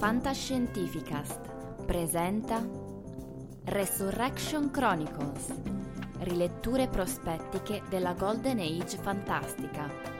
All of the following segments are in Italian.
Fantascientificast presenta Resurrection Chronicles, riletture prospettiche della Golden Age fantastica.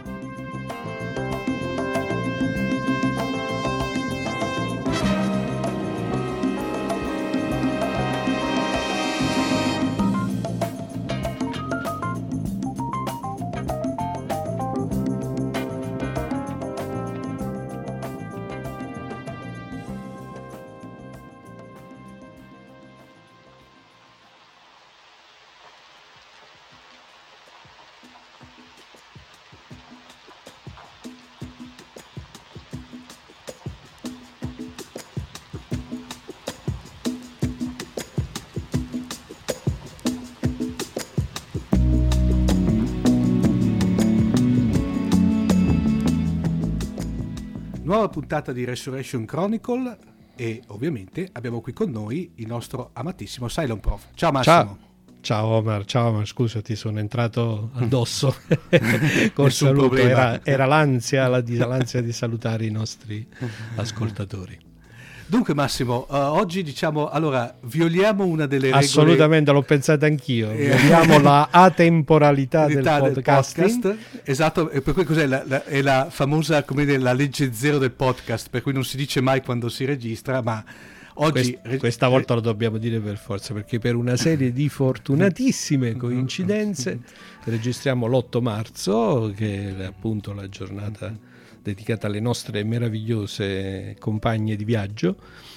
Nuova puntata di Resurrection Chronicle e ovviamente abbiamo qui con noi il nostro amatissimo Cylon Prof. Ciao Massimo. Ciao Omar, scusa, ti sono entrato addosso col saluto, problema. Era l'ansia di salutare i nostri ascoltatori. Dunque Massimo, oggi violiamo una delle regole. Assolutamente, l'ho pensato anch'io, violiamo la atemporalità del podcasting. Esatto, e per cui cos'è è la famosa, come dire, la legge zero del podcast, per cui non si dice mai quando si registra, ma oggi... Questa volta lo dobbiamo dire per forza, perché per una serie di fortunatissime coincidenze registriamo l'8 marzo, che è appunto la giornata dedicata alle nostre meravigliose compagne di viaggio,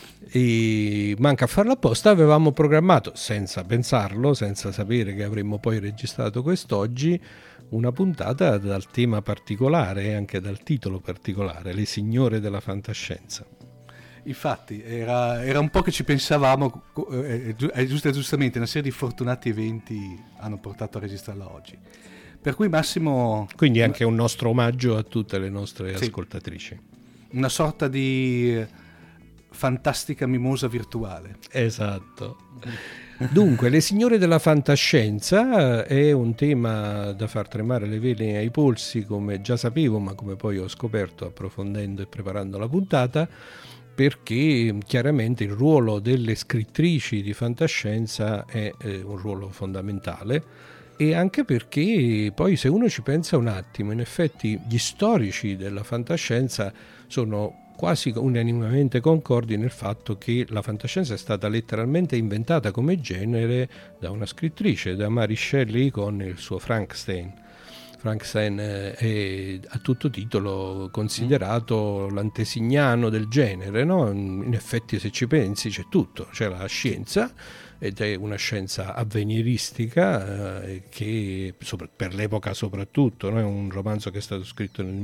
e manca a farlo apposta. Avevamo programmato, senza pensarlo, senza sapere che avremmo poi registrato quest'oggi, una puntata dal tema particolare e anche dal titolo particolare, Le signore della fantascienza. Infatti era un po' che ci pensavamo, giustamente una serie di fortunati eventi hanno portato a registrarla oggi. Per cui Massimo... Quindi anche un nostro omaggio a tutte le nostre ascoltatrici. Una sorta di fantastica mimosa virtuale. Esatto. Dunque, Le signore della fantascienza è un tema da far tremare le vene ai polsi, come già sapevo, ma come poi ho scoperto approfondendo e preparando la puntata, perché chiaramente il ruolo delle scrittrici di fantascienza è un ruolo fondamentale. E anche perché poi, se uno ci pensa un attimo, in effetti gli storici della fantascienza sono quasi unanimemente concordi nel fatto che la fantascienza è stata letteralmente inventata come genere da una scrittrice, da Mary Shelley, con il suo Frankenstein. Frankenstein è a tutto titolo considerato l'antesignano del genere, no? In effetti, se ci pensi, c'è tutto, c'è la scienza, ed è una scienza avveniristica che per l'epoca soprattutto, no? È un romanzo che è stato scritto nel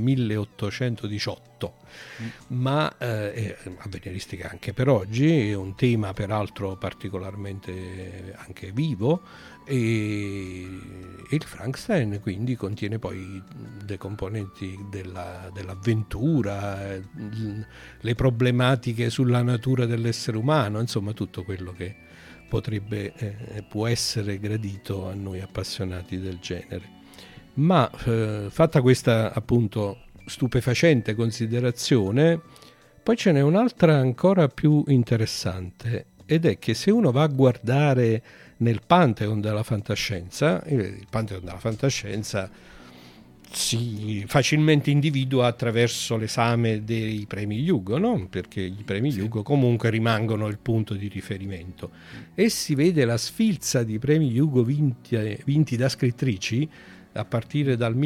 1818, ma è avveniristica anche per oggi, è un tema peraltro particolarmente anche vivo, e il Frankenstein quindi contiene poi le componenti dell'avventura, le problematiche sulla natura dell'essere umano, insomma tutto quello che può essere gradito a noi appassionati del genere. Ma fatta questa appunto stupefacente considerazione, poi ce n'è un'altra ancora più interessante, ed è che se uno va a guardare nel Pantheon della fantascienza, il Pantheon della fantascienza si facilmente individua attraverso l'esame dei premi Hugo, no? Perché i premi Hugo comunque rimangono il punto di riferimento, e si vede la sfilza di premi Hugo vinti da scrittrici a partire dal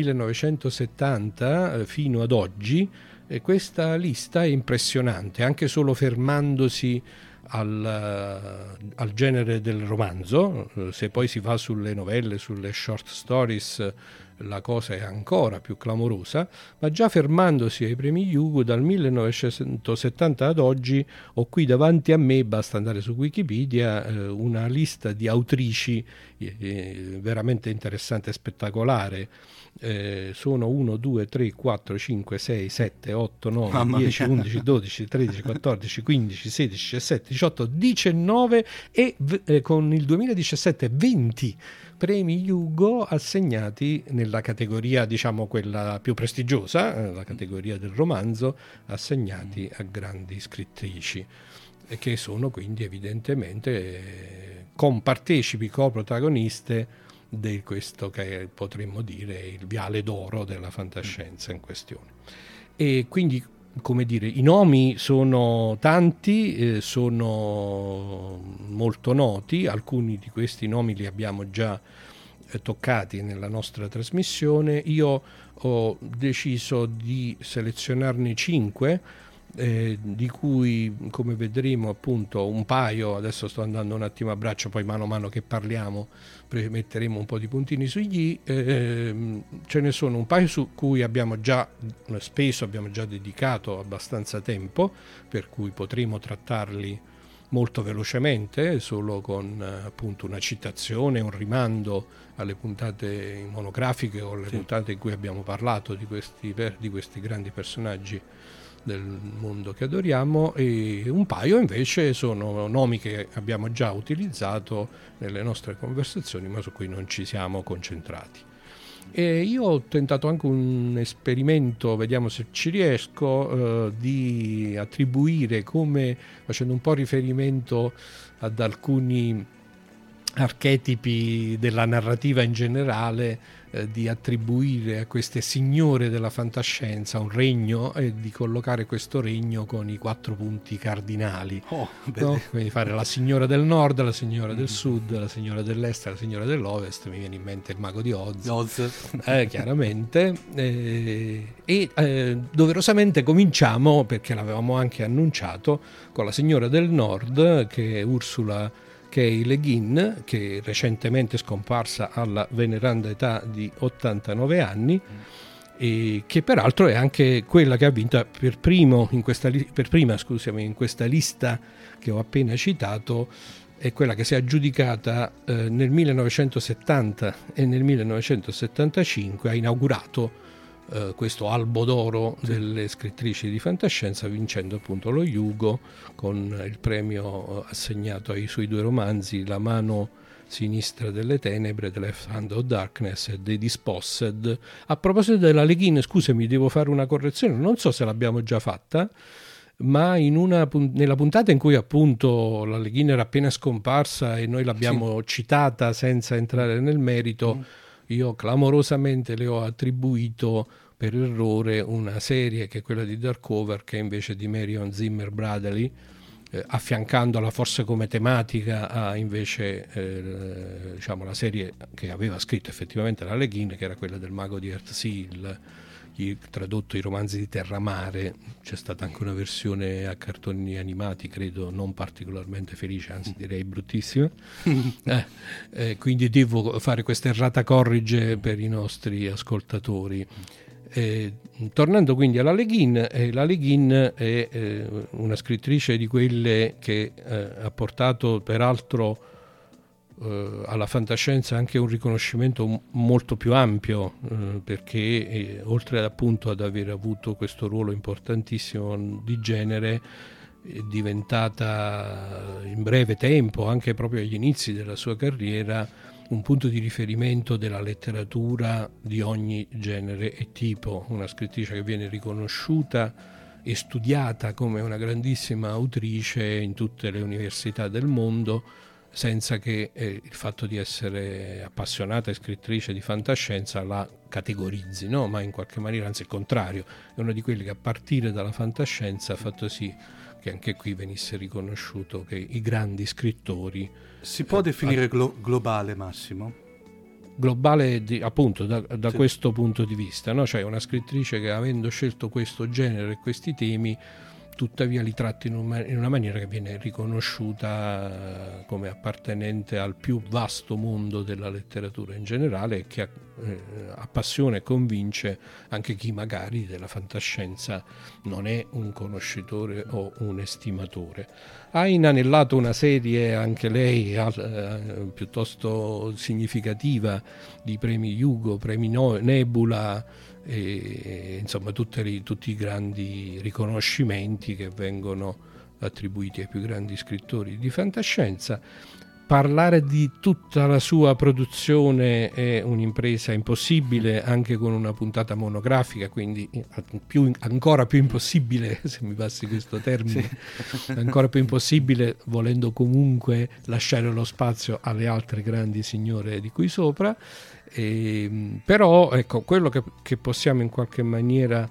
1970 fino ad oggi, e questa lista è impressionante, anche solo fermandosi al genere del romanzo. Se poi si va sulle novelle, sulle short stories, la cosa è ancora più clamorosa, ma già fermandosi ai premi Hugo dal 1970 ad oggi ho qui davanti a me, basta andare su Wikipedia, una lista di autrici veramente interessante e spettacolare. Sono 1, 2, 3, 4, 5, 6, 7, 8, 9, 10, 11, 12, 13, 14, 15, 16, 17, 18, 19 e con il 2017 20 premi Hugo assegnati nelle nella categoria, diciamo, quella più prestigiosa, la categoria del romanzo, assegnati a grandi scrittrici, che sono quindi evidentemente compartecipi, coprotagoniste di questo che potremmo dire il viale d'oro della fantascienza in questione. E quindi, come dire, i nomi sono tanti, sono molto noti, alcuni di questi nomi li abbiamo già toccati nella nostra trasmissione. Io ho deciso di selezionarne 5, di cui, come vedremo, appunto un paio, adesso sto andando un attimo a braccio, poi mano a mano che parliamo metteremo un po' di puntini sugli ce ne sono un paio su cui abbiamo già dedicato abbastanza tempo, per cui potremo trattarli molto velocemente, solo con appunto una citazione, un rimando alle puntate monografiche o alle puntate in cui abbiamo parlato di questi grandi personaggi del mondo che adoriamo, e un paio invece sono nomi che abbiamo già utilizzato nelle nostre conversazioni ma su cui non ci siamo concentrati. E io ho tentato anche un esperimento, vediamo se ci riesco, di attribuire, come facendo un po' riferimento ad alcuni archetipi della narrativa in generale, di attribuire a queste signore della fantascienza un regno e di collocare questo regno con i 4 punti cardinali, no? Quindi fare la signora del nord, la signora del sud, la signora dell'est, la signora dell'ovest. Mi viene in mente il mago di Oz. Chiaramente, doverosamente cominciamo, perché l'avevamo anche annunciato, con la signora del nord, che è Ursula K. Le Guin, che recentemente è scomparsa alla veneranda età di 89 anni, e che peraltro è anche quella che ha vinto per prima in questa lista che ho appena citato. È quella che si è aggiudicata nel 1970 e nel 1975, ha inaugurato questo albo d'oro delle scrittrici di fantascienza, vincendo appunto lo Hugo con il premio assegnato ai suoi 2 romanzi, La mano sinistra delle tenebre, The Left Hand of Darkness, e The Dispossessed. A proposito della Le Guin, scusami, devo fare una correzione, non so se l'abbiamo già fatta, ma nella puntata in cui appunto la Le Guin era appena scomparsa e noi l'abbiamo citata senza entrare nel merito, io clamorosamente le ho attribuito per errore una serie che è quella di Darkover, che è invece di Marion Zimmer Bradley, affiancandola forse come tematica a invece diciamo la serie che aveva scritto effettivamente la Le Guin, che era quella del mago di Earthsea, tradotto i romanzi di Terramare. C'è stata anche una versione a cartoni animati, credo non particolarmente felice, anzi direi bruttissima. Quindi devo fare questa errata corrige per i nostri ascoltatori. Tornando quindi alla Le Guin, la Le Guin è una scrittrice di quelle che ha portato peraltro alla fantascienza anche un riconoscimento molto più ampio, perché oltre appunto ad aver avuto questo ruolo importantissimo di genere, è diventata in breve tempo, anche proprio agli inizi della sua carriera, un punto di riferimento della letteratura di ogni genere e tipo, una scrittrice che viene riconosciuta e studiata come una grandissima autrice in tutte le università del mondo, senza che il fatto di essere appassionata e scrittrice di fantascienza la categorizzi, no? Ma in qualche maniera, anzi il contrario, è una di quelle che a partire dalla fantascienza ha fatto sì che anche qui venisse riconosciuto che i grandi scrittori... Si può definire globale, Massimo? Globale appunto da questo punto di vista, no? Cioè una scrittrice che, avendo scelto questo genere e questi temi, tuttavia li tratta in una maniera che viene riconosciuta come appartenente al più vasto mondo della letteratura in generale, e che appassiona e convince anche chi magari della fantascienza non è un conoscitore o un estimatore. Ha inanellato una serie, anche lei piuttosto significativa, di premi Hugo, premi Nebula, e insomma tutti i grandi riconoscimenti che vengono attribuiti ai più grandi scrittori di fantascienza. parlare di tutta la sua produzione è un'impresa impossibile, anche con una puntata monografica, quindi ancora più impossibile, se mi passi questo termine, sì. Ancora più impossibile, volendo comunque lasciare lo spazio alle altre grandi signore di qui sopra. Però ecco, quello che possiamo in qualche maniera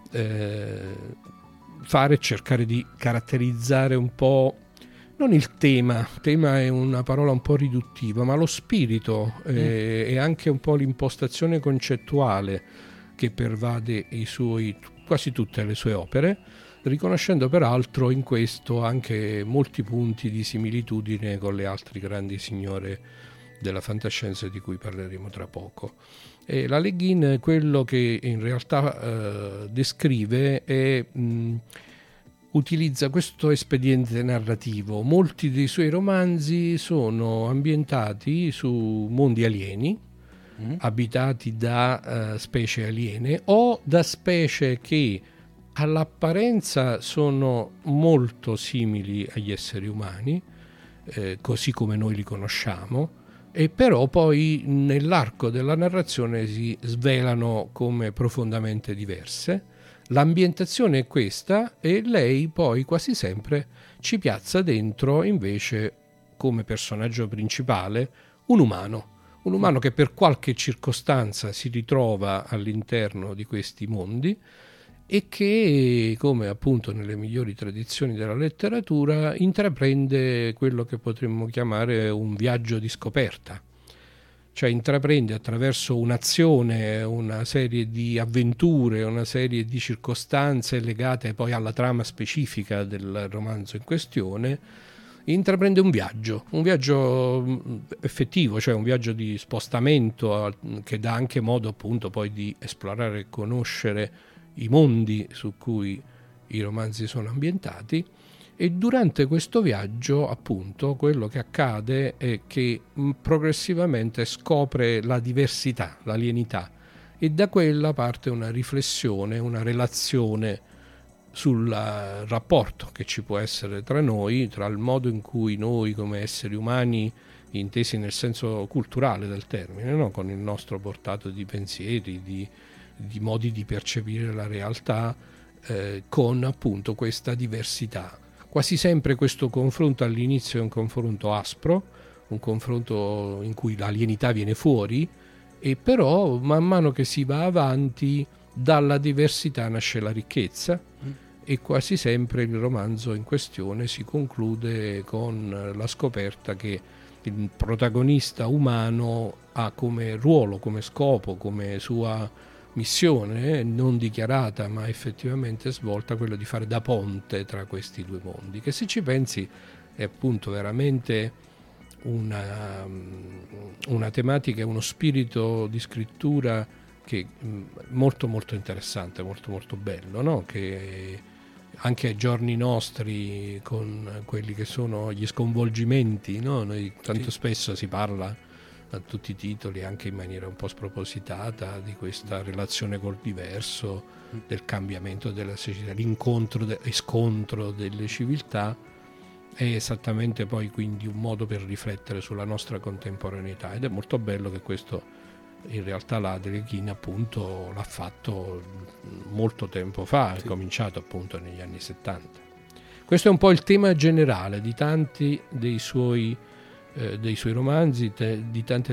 fare è cercare di caratterizzare un po', non il tema è una parola un po' riduttiva, ma lo spirito e anche un po' l'impostazione concettuale che pervade quasi tutte le sue opere, riconoscendo peraltro in questo anche molti punti di similitudine con le altre grandi signore della fantascienza di cui parleremo tra poco. E la Le Guin, quello che in realtà descrive è utilizza questo espediente narrativo. Molti dei suoi romanzi sono ambientati su mondi alieni, abitati da specie aliene o da specie che all'apparenza sono molto simili agli esseri umani, così come noi li conosciamo, e però poi nell'arco della narrazione si svelano come profondamente diverse. L'ambientazione è questa e lei poi quasi sempre ci piazza dentro invece come personaggio principale un umano che per qualche circostanza si ritrova all'interno di questi mondi e che, come appunto nelle migliori tradizioni della letteratura, intraprende quello che potremmo chiamare un viaggio di scoperta. Cioè intraprende attraverso un'azione, una serie di avventure, una serie di circostanze legate poi alla trama specifica del romanzo in questione, intraprende un viaggio effettivo, cioè un viaggio di spostamento che dà anche modo appunto poi di esplorare e conoscere i mondi su cui i romanzi sono ambientati. E durante questo viaggio, appunto, quello che accade è che progressivamente scopre la diversità, l'alienità, e da quella parte una riflessione, una relazione sul rapporto che ci può essere tra noi, tra il modo in cui noi come esseri umani, intesi nel senso culturale del termine, no? Con il nostro portato di pensieri, di modi di percepire la realtà, con appunto questa diversità. Quasi sempre questo confronto all'inizio è un confronto aspro, un confronto in cui l'alienità viene fuori, e però man mano che si va avanti dalla diversità nasce la ricchezza, e quasi sempre il romanzo in questione si conclude con la scoperta che il protagonista umano ha come ruolo, come scopo, come sua missione non dichiarata ma effettivamente svolta quello di fare da ponte tra questi due mondi, che se ci pensi è appunto veramente una tematica, uno spirito di scrittura che è molto molto interessante, molto molto bello, no? Che anche ai giorni nostri, con quelli che sono gli sconvolgimenti, no? Noi tanto spesso si parla a tutti i titoli, anche in maniera un po' spropositata, di questa relazione col diverso, del cambiamento della società, l'incontro e scontro delle civiltà. È esattamente poi quindi un modo per riflettere sulla nostra contemporaneità, ed è molto bello che questo in realtà la Le Guin appunto l'ha fatto molto tempo fa, è cominciato appunto negli anni 70. Questo è un po' il tema generale di tanti dei suoi romanzi, di tante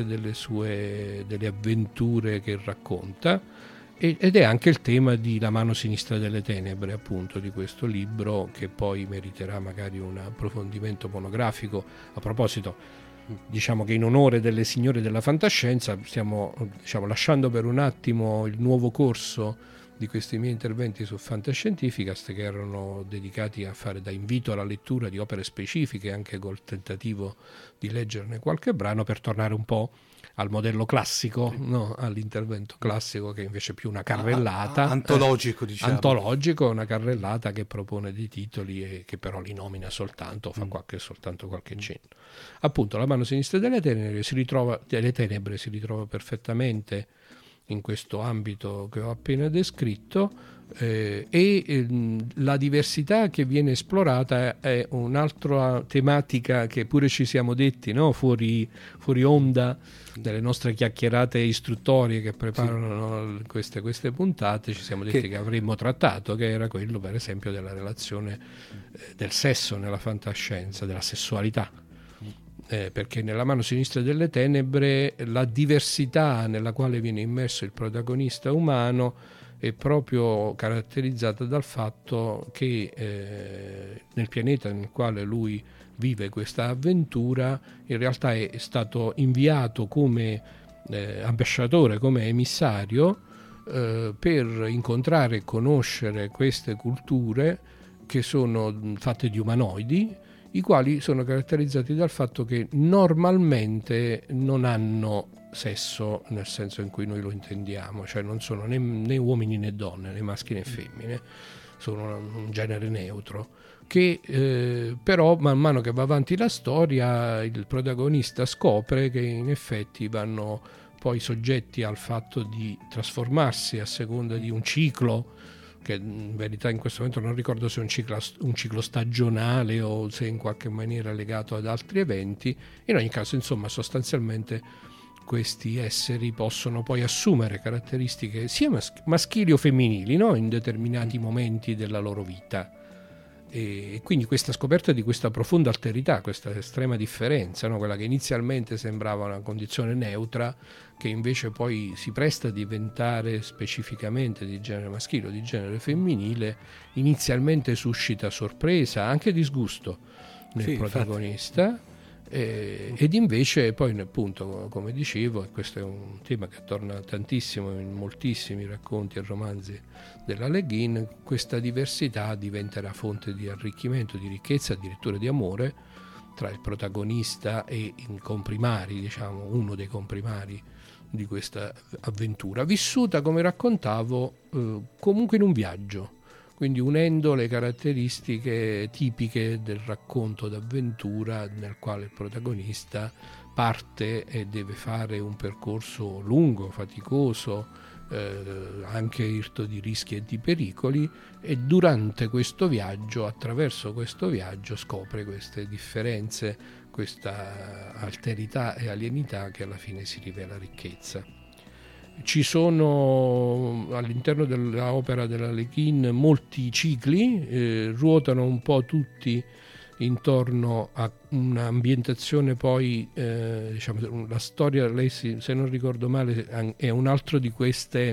delle avventure che racconta, ed è anche il tema di La mano sinistra delle tenebre, appunto, di questo libro, che poi meriterà magari un approfondimento monografico. A proposito, diciamo che in onore delle signore della fantascienza stiamo lasciando per un attimo il nuovo corso di questi miei interventi su Fantascientificast, che erano dedicati a fare da invito alla lettura di opere specifiche, anche col tentativo di leggerne qualche brano, per tornare un po' al modello classico, no? All'intervento classico, che invece è più una carrellata, antologico, diciamo. Antologico, una carrellata che propone dei titoli e che però li nomina soltanto, fa soltanto qualche cenno. Appunto, La mano sinistra delle tenebre si ritrova perfettamente in questo ambito che ho appena descritto, la diversità che viene esplorata è un'altra tematica che pure ci siamo detti, no? fuori onda delle nostre chiacchierate istruttorie che preparano queste puntate, ci siamo detti che avremmo trattato, che era quello per esempio della relazione del sesso nella fantascienza, della sessualità. Perché nella mano sinistra delle tenebre la diversità nella quale viene immerso il protagonista umano è proprio caratterizzata dal fatto che nel pianeta nel quale lui vive questa avventura in realtà è stato inviato come ambasciatore, come emissario per incontrare e conoscere queste culture che sono fatte di umanoidi, i quali sono caratterizzati dal fatto che normalmente non hanno sesso nel senso in cui noi lo intendiamo, cioè non sono né uomini né donne, né maschi né femmine, sono un genere neutro, che però man mano che va avanti la storia il protagonista scopre che in effetti vanno poi soggetti al fatto di trasformarsi a seconda di un ciclo, che in verità in questo momento non ricordo se è un ciclo stagionale o se in qualche maniera legato ad altri eventi. In ogni caso, insomma, sostanzialmente questi esseri possono poi assumere caratteristiche sia maschili o femminili, no? In determinati momenti della loro vita. E quindi questa scoperta di questa profonda alterità, questa estrema differenza, no? Quella che inizialmente sembrava una condizione neutra, che invece poi si presta a diventare specificamente di genere maschile o di genere femminile, inizialmente suscita sorpresa, anche disgusto nel protagonista. Infatti. Ed invece poi appunto, come dicevo, e questo è un tema che torna tantissimo in moltissimi racconti e romanzi della Le Guin, questa diversità diventerà fonte di arricchimento, di ricchezza, addirittura di amore tra il protagonista e i comprimari, diciamo uno dei comprimari di questa avventura, vissuta, come raccontavo, comunque in un viaggio, quindi unendo le caratteristiche tipiche del racconto d'avventura nel quale il protagonista parte e deve fare un percorso lungo, faticoso, anche irto di rischi e di pericoli, e durante questo viaggio, attraverso questo viaggio, scopre queste differenze, questa alterità e alienità che alla fine si rivela ricchezza. Ci sono all'interno dell'opera della Le Guin molti cicli, ruotano un po' tutti intorno a un'ambientazione poi, diciamo, la storia, lei se non ricordo male, è un altro di questi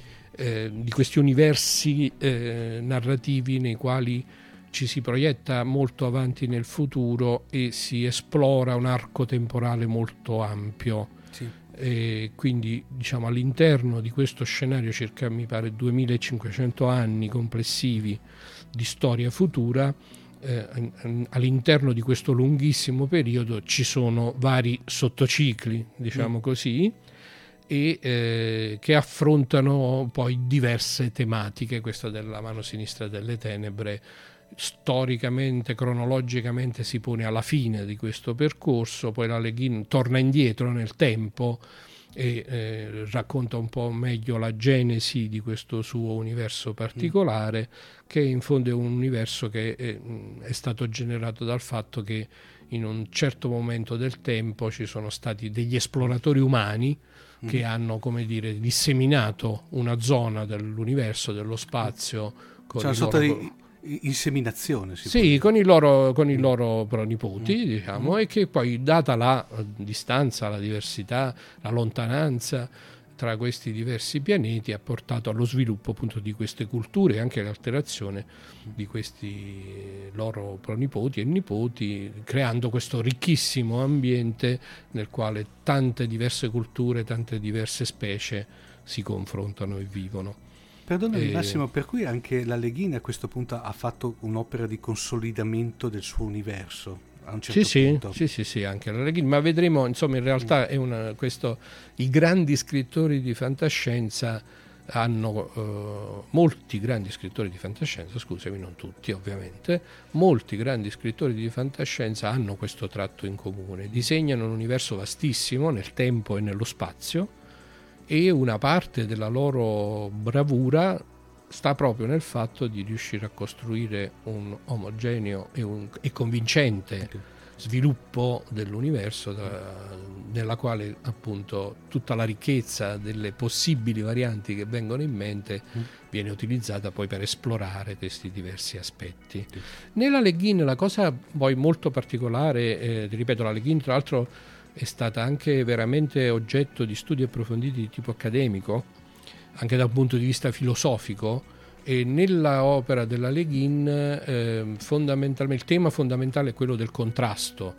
universi narrativi nei quali ci si proietta molto avanti nel futuro e si esplora un arco temporale molto ampio. Sì. E quindi, diciamo, all'interno di questo scenario, circa mi pare 2500 anni complessivi di storia futura, all'interno di questo lunghissimo periodo ci sono vari sottocicli, diciamo così, e che affrontano poi diverse tematiche. Questa della mano sinistra delle tenebre storicamente, cronologicamente si pone alla fine di questo percorso, poi la Le Guin torna indietro nel tempo e racconta un po' meglio la genesi di questo suo universo particolare, che in fondo è un universo che è stato generato dal fatto che in un certo momento del tempo ci sono stati degli esploratori umani che hanno, come dire, disseminato una zona dell'universo, dello spazio, con una sorta di inseminazione, sì, con i loro pronipoti, diciamo, e che poi, data la distanza, la diversità, la lontananza tra questi diversi pianeti, ha portato allo sviluppo appunto di queste culture e anche all'alterazione di questi loro pronipoti e nipoti, creando questo ricchissimo ambiente nel quale tante diverse culture, tante diverse specie si confrontano e vivono. Perdonami Massimo, per cui anche la Le Guin a questo punto ha fatto un'opera di consolidamento del suo universo a un certo punto. Sì, anche la Le Guin, ma vedremo, insomma, in realtà è i grandi scrittori di fantascienza hanno molti grandi scrittori di fantascienza, scusami, non tutti ovviamente, molti grandi scrittori di fantascienza hanno questo tratto in comune: disegnano un universo vastissimo nel tempo e nello spazio, e una parte della loro bravura sta proprio nel fatto di riuscire a costruire un omogeneo e convincente sviluppo dell'universo, nella quale appunto tutta la ricchezza delle possibili varianti che vengono in mente viene utilizzata poi per esplorare questi diversi aspetti. Nella Le Guin la cosa poi molto particolare, ripeto, la Le Guin tra l'altro è stata anche veramente oggetto di studi approfonditi di tipo accademico, anche da un punto di vista filosofico, e nella opera della Le Guin fondamentalmente il tema fondamentale è quello del contrasto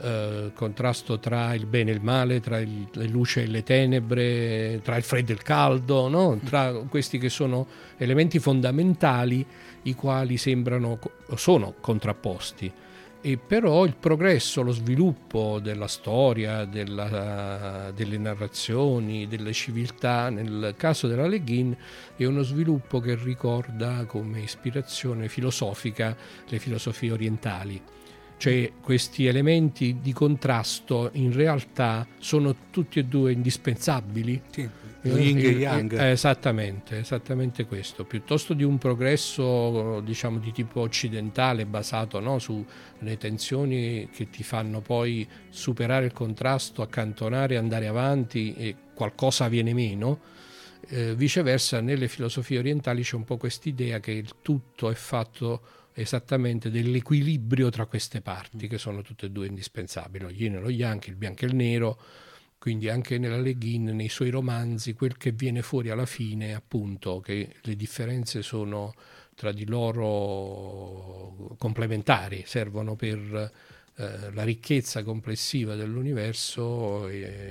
tra il bene e il male, tra le luci e le tenebre, tra il freddo e il caldo, no? Tra questi che sono elementi fondamentali i quali sono contrapposti. E però il progresso, lo sviluppo della storia, delle narrazioni, delle civiltà, nel caso della Le Guin, è uno sviluppo che ricorda come ispirazione filosofica le filosofie orientali. Cioè questi elementi di contrasto in realtà sono tutti e due indispensabili. Sì, yin e yang. Esattamente questo. Piuttosto di un progresso, diciamo, di tipo occidentale basato, no, sulle tensioni che ti fanno poi superare il contrasto, accantonare, andare avanti e qualcosa viene meno, viceversa nelle filosofie orientali c'è un po' quest'idea che il tutto è fatto esattamente dell'equilibrio tra queste parti che sono tutte e due indispensabili, lo yin e lo yang, il bianco e il nero. Quindi anche nella Le Guin, nei suoi romanzi, quel che viene fuori alla fine è appunto che le differenze sono tra di loro complementari, servono per la ricchezza complessiva dell'universo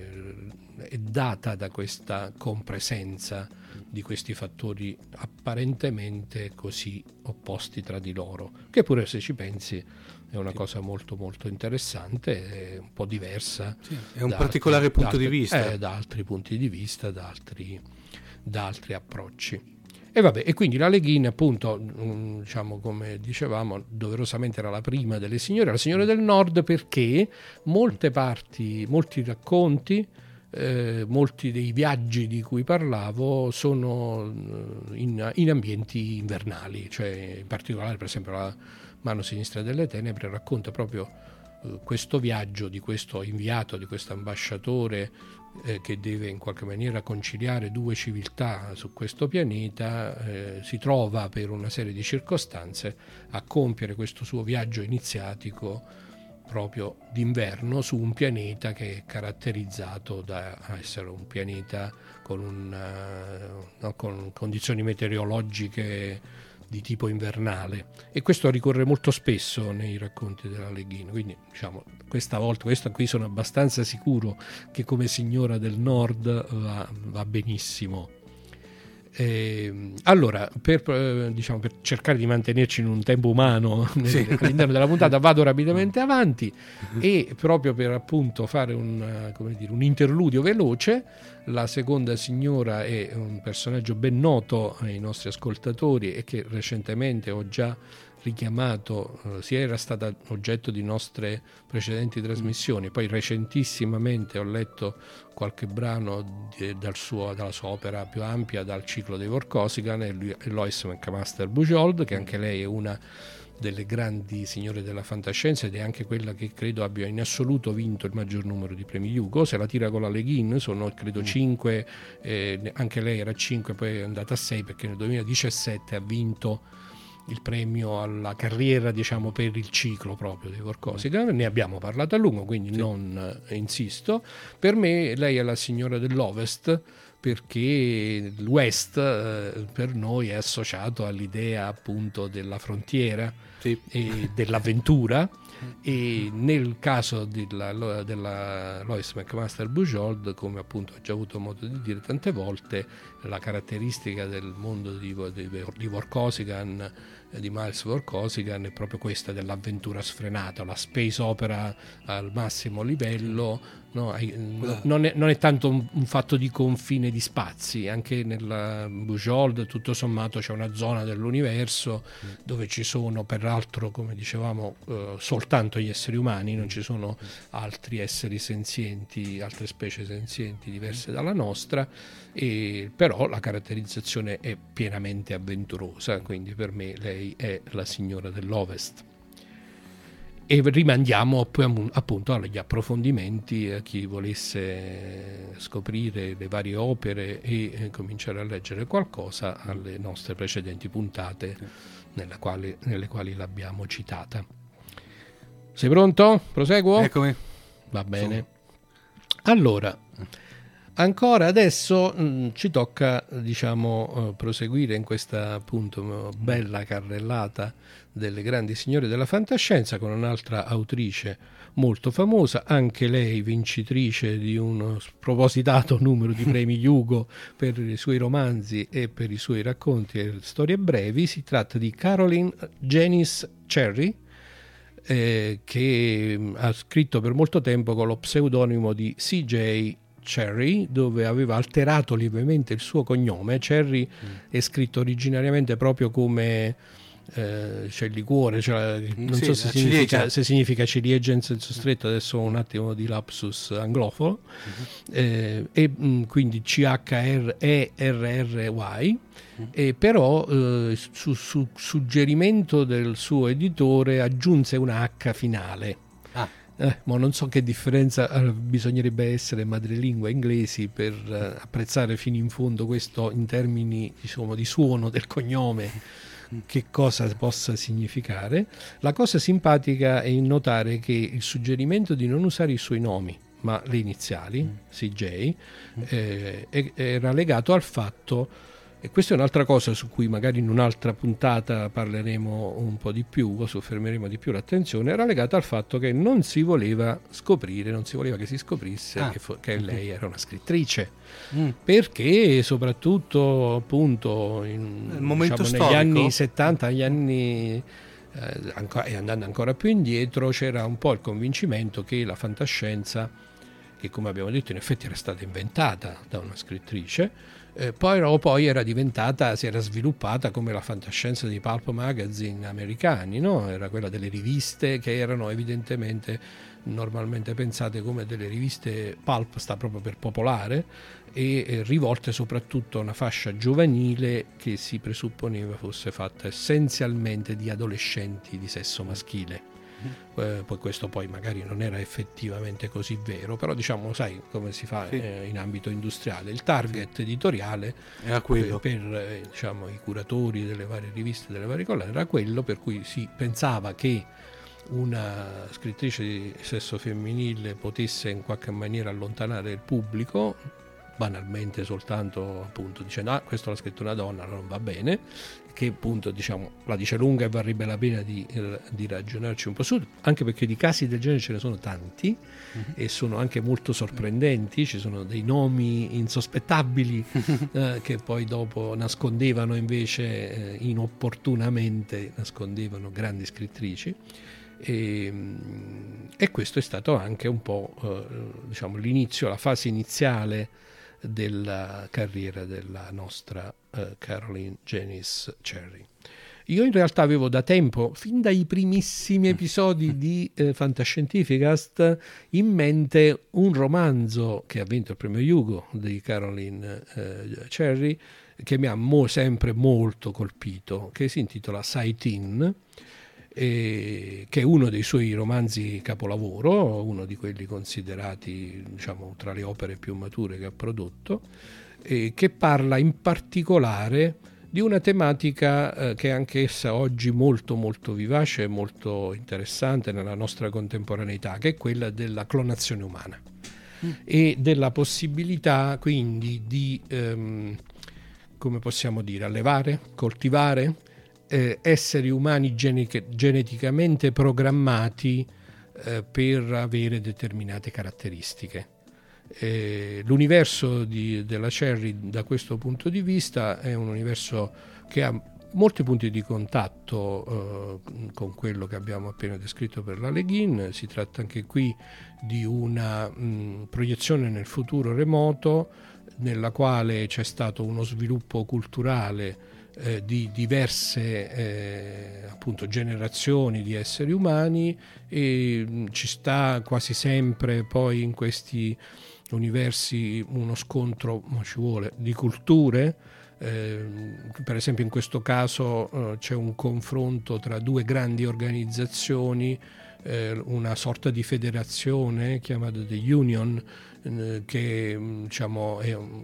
è data da questa compresenza di questi fattori apparentemente così opposti tra di loro, che pure se ci pensi è una cosa molto molto interessante, è un po' diversa. Sì, è un particolare punto di vista. Da altri punti di vista, da altri approcci. E vabbè, e quindi la Le Guin, appunto, diciamo, come dicevamo, doverosamente era la prima delle signore, la signora del Nord, perché molti racconti, molti dei viaggi di cui parlavo sono in ambienti invernali, cioè in particolare per esempio la Mano sinistra delle tenebre racconta proprio questo viaggio di questo inviato, di questo ambasciatore che deve in qualche maniera conciliare due civiltà su questo pianeta, si trova per una serie di circostanze a compiere questo suo viaggio iniziatico proprio d'inverno su un pianeta che è caratterizzato da essere un pianeta con condizioni meteorologiche di tipo invernale, e questo ricorre molto spesso nei racconti della Le Guin. Quindi diciamo questa qui sono abbastanza sicuro che come signora del Nord va benissimo. Allora, per cercare di mantenerci in un tempo umano all'interno della puntata, vado rapidamente avanti e proprio per appunto fare un interludio veloce. La seconda signora è un personaggio ben noto ai nostri ascoltatori e che recentemente ho già richiamato, era stata oggetto di nostre precedenti trasmissioni, poi recentissimamente ho letto qualche brano dalla sua opera più ampia, dal ciclo dei Vorkosigan, e Lois McMaster-Bujold, che anche lei è una delle grandi signore della fantascienza ed è anche quella che credo abbia in assoluto vinto il maggior numero di premi Hugo. Se la tira con la Le Guin sono credo 5, anche lei era 5, poi è andata a 6 perché nel 2017 ha vinto il premio alla carriera, diciamo, per il ciclo proprio dei Vorkosigan. Ne abbiamo parlato a lungo, quindi non insisto. Per me lei è la signora dell'Ovest, perché l'West per noi è associato all'idea appunto della frontiera e dell'avventura, e nel caso della Lois McMaster-Bujold, come appunto ho già avuto modo di dire tante volte, la caratteristica del mondo di Vorkosigan, di Miles Vorkosigan, è proprio questa dell'avventura sfrenata, la space opera al massimo livello, no? Non è tanto un fatto di confine di spazi, anche nella Bujold tutto sommato c'è una zona dell'universo dove ci sono peraltro, come dicevamo, soltanto gli esseri umani, non ci sono altri esseri senzienti, altre specie senzienti diverse dalla nostra, però la caratterizzazione è pienamente avventurosa, quindi per me lei è la signora dell'Ovest. E rimandiamo appunto agli approfondimenti a chi volesse scoprire le varie opere e cominciare a leggere qualcosa alle nostre precedenti puntate nelle quali l'abbiamo citata. Sei pronto? Proseguo? Eccomi. Va bene. Allora, ancora adesso ci tocca, diciamo, proseguire in questa appunto bella carrellata delle grandi signore della fantascienza con un'altra autrice molto famosa, anche lei vincitrice di uno spropositato numero di premi Hugo per i suoi romanzi e per i suoi racconti e storie brevi. Si tratta di Caroline Janice Cherry, che ha scritto per molto tempo con lo pseudonimo di C.J. Cherry, dove aveva alterato lievemente il suo cognome. Cherry è scritto originariamente proprio come c'è il liquore, non so se significa ciliegia in senso stretto, adesso un attimo di lapsus anglofono, e quindi CHRERRY, però su suggerimento del suo editore aggiunse una H finale. Ma non so che differenza bisognerebbe essere madrelingua inglesi per apprezzare fino in fondo questo in termini, diciamo, di suono del cognome, che cosa possa significare. La cosa simpatica è notare che il suggerimento di non usare i suoi nomi ma le iniziali CJ era legato al fatto, e questa è un'altra cosa su cui magari in un'altra puntata parleremo un po' di più, o soffermeremo di più l'attenzione, era legata al fatto che non si voleva scoprire, non si voleva che si scoprisse che lei era una scrittrice, perché soprattutto appunto negli anni 70, negli anni e andando ancora più indietro, c'era un po' il convincimento che la fantascienza, che come abbiamo detto in effetti era stata inventata da una scrittrice, poi era diventata, si era sviluppata come la fantascienza dei pulp magazine americani, no? Era quella delle riviste che erano evidentemente normalmente pensate come delle riviste pulp, sta proprio per popolare, e rivolte soprattutto a una fascia giovanile che si presupponeva fosse fatta essenzialmente di adolescenti di sesso maschile. Poi questo poi magari non era effettivamente così vero, però diciamo, sai come si fa in ambito industriale, il target editoriale era quello per diciamo i curatori delle varie riviste, delle varie collane, era quello per cui si pensava che una scrittrice di sesso femminile potesse in qualche maniera allontanare il pubblico, banalmente soltanto appunto dicendo questo l'ha scritto una donna, non va bene, che appunto diciamo la dice lunga e varrebbe la pena di ragionarci un po' su, anche perché di casi del genere ce ne sono tanti e sono anche molto sorprendenti. Ci sono dei nomi insospettabili che poi dopo nascondevano invece inopportunamente nascondevano grandi scrittrici, e questo è stato anche un po' diciamo l'inizio, la fase iniziale della carriera della nostra Caroline Janice Cherry. Io in realtà avevo da tempo, fin dai primissimi episodi di Fantascientificast, in mente un romanzo che ha vinto il premio Hugo di Caroline Cherry, che mi ha sempre molto colpito, che si intitola Sight-In, che è uno dei suoi romanzi capolavoro, uno di quelli considerati diciamo tra le opere più mature che ha prodotto, che parla in particolare di una tematica che è anch'essa oggi molto molto vivace e molto interessante nella nostra contemporaneità, che è quella della clonazione umana e della possibilità quindi di come possiamo dire, allevare, coltivare esseri umani geneticamente programmati per avere determinate caratteristiche. L'universo della Cherry da questo punto di vista è un universo che ha molti punti di contatto con quello che abbiamo appena descritto per la Le Guin. Si tratta anche qui di una proiezione nel futuro remoto, nella quale c'è stato uno sviluppo culturale di diverse appunto generazioni di esseri umani, e ci sta quasi sempre poi in questi universi uno scontro, ma ci vuole, di culture. Per esempio in questo caso c'è un confronto tra due grandi organizzazioni, una sorta di federazione chiamata The Union, che diciamo,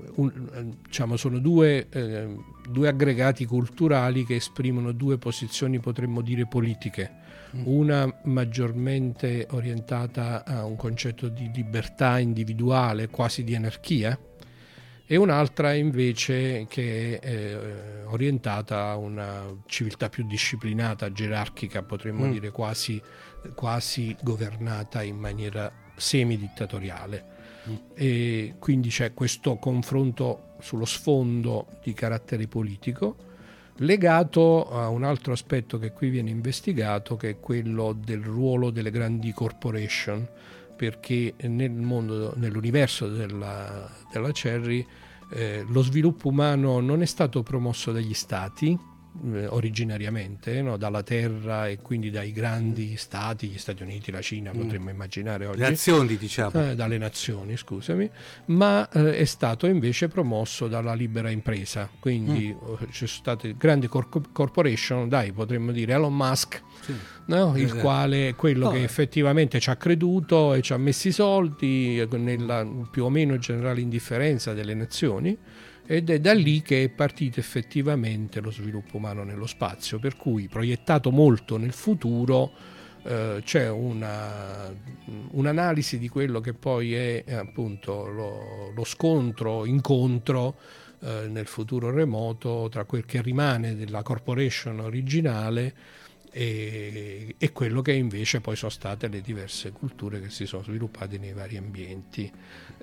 sono due aggregati culturali che esprimono due posizioni, potremmo dire, politiche. Una maggiormente orientata a un concetto di libertà individuale, quasi di anarchia, e un'altra invece che è orientata a una civiltà più disciplinata, gerarchica, potremmo dire quasi governata in maniera semidittatoriale. E quindi c'è questo confronto sullo sfondo di carattere politico, legato a un altro aspetto che qui viene investigato, che è quello del ruolo delle grandi corporation, perché nell'universo della Cerri lo sviluppo umano non è stato promosso dagli stati originariamente, no? Dalla terra e quindi dai grandi stati, gli Stati Uniti, la Cina, potremmo immaginare oggi, le nazioni, diciamo, dalle nazioni, scusami, ma è stato invece promosso dalla libera impresa, quindi ci sono state grandi corporation, potremmo dire Elon Musk, sì, no? Il quale quello che effettivamente ci ha creduto e ci ha messo i soldi nella più o meno generale indifferenza delle nazioni, ed è da lì che è partito effettivamente lo sviluppo umano nello spazio, per cui, proiettato molto nel futuro, c'è un'analisi di quello che poi è appunto lo incontro nel futuro remoto tra quel che rimane della corporation originale e quello che invece poi sono state le diverse culture che si sono sviluppate nei vari ambienti.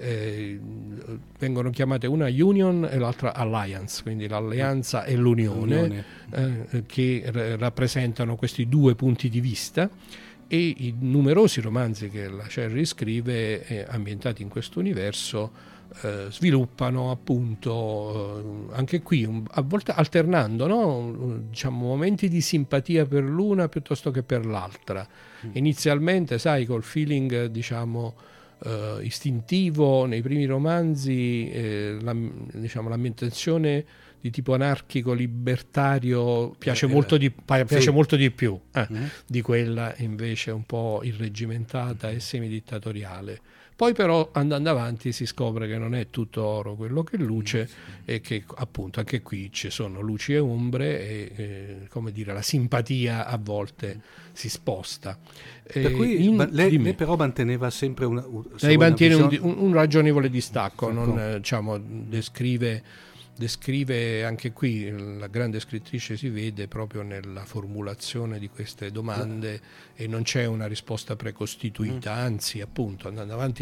Vengono chiamate una union e l'altra alliance, quindi l'alleanza e l'unione. Che rappresentano questi due punti di vista, e i numerosi romanzi che la Cerri scrive ambientati in questo universo sviluppano appunto anche qui a volte alternando, no? Diciamo, momenti di simpatia per l'una piuttosto che per l'altra. Inizialmente, sai, col feeling diciamo istintivo nei primi romanzi, l'ambientazione di tipo anarchico libertario piace molto di più di quella invece un po' irreggimentata e semidittatoriale. Poi però, andando avanti, si scopre che non è tutto oro quello che luce, e che appunto anche qui ci sono luci e ombre, e come dire, la simpatia a volte si sposta. Per cui lei però manteneva sempre lei mantiene un ragionevole distacco, non diciamo, descrive anche qui, la grande scrittrice si vede proprio nella formulazione di queste domande, e non c'è una risposta precostituita, anzi appunto andando avanti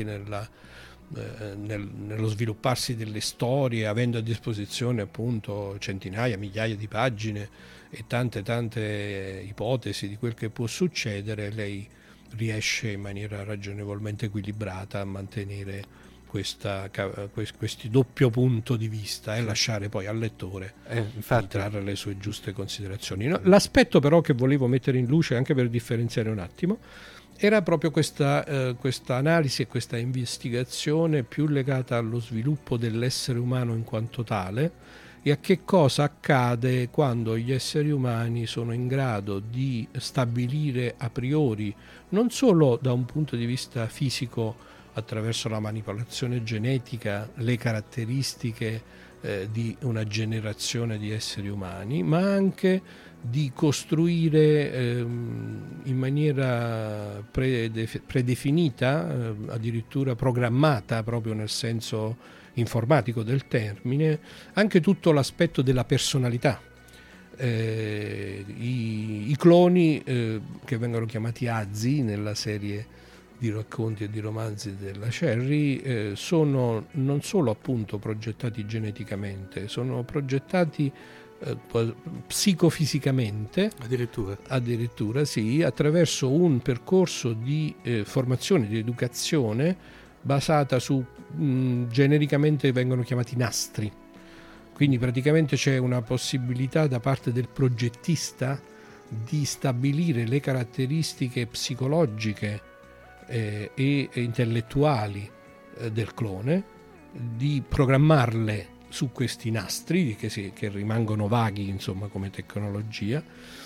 nello svilupparsi delle storie, avendo a disposizione appunto centinaia, migliaia di pagine e tante ipotesi di quel che può succedere, lei riesce in maniera ragionevolmente equilibrata a mantenere questi doppio punto di vista e lasciare poi al lettore di trarre le sue giuste considerazioni. No? L'aspetto però che volevo mettere in luce, anche per differenziare un attimo, era proprio questa analisi e questa investigazione più legata allo sviluppo dell'essere umano in quanto tale, e a che cosa accade quando gli esseri umani sono in grado di stabilire a priori, non solo da un punto di vista fisico attraverso la manipolazione genetica, le caratteristiche di una generazione di esseri umani, ma anche di costruire in maniera predefinita, addirittura programmata proprio nel senso informatico del termine, anche tutto l'aspetto della personalità. I cloni che vengono chiamati Azzi nella serie di racconti e di romanzi della Cerri sono non solo appunto progettati geneticamente, sono progettati psicofisicamente, addirittura sì, attraverso un percorso di formazione, di educazione basata su genericamente vengono chiamati nastri. Quindi praticamente c'è una possibilità da parte del progettista di stabilire le caratteristiche psicologiche e intellettuali del clone, di programmarle su questi nastri che rimangono vaghi, insomma, come tecnologia,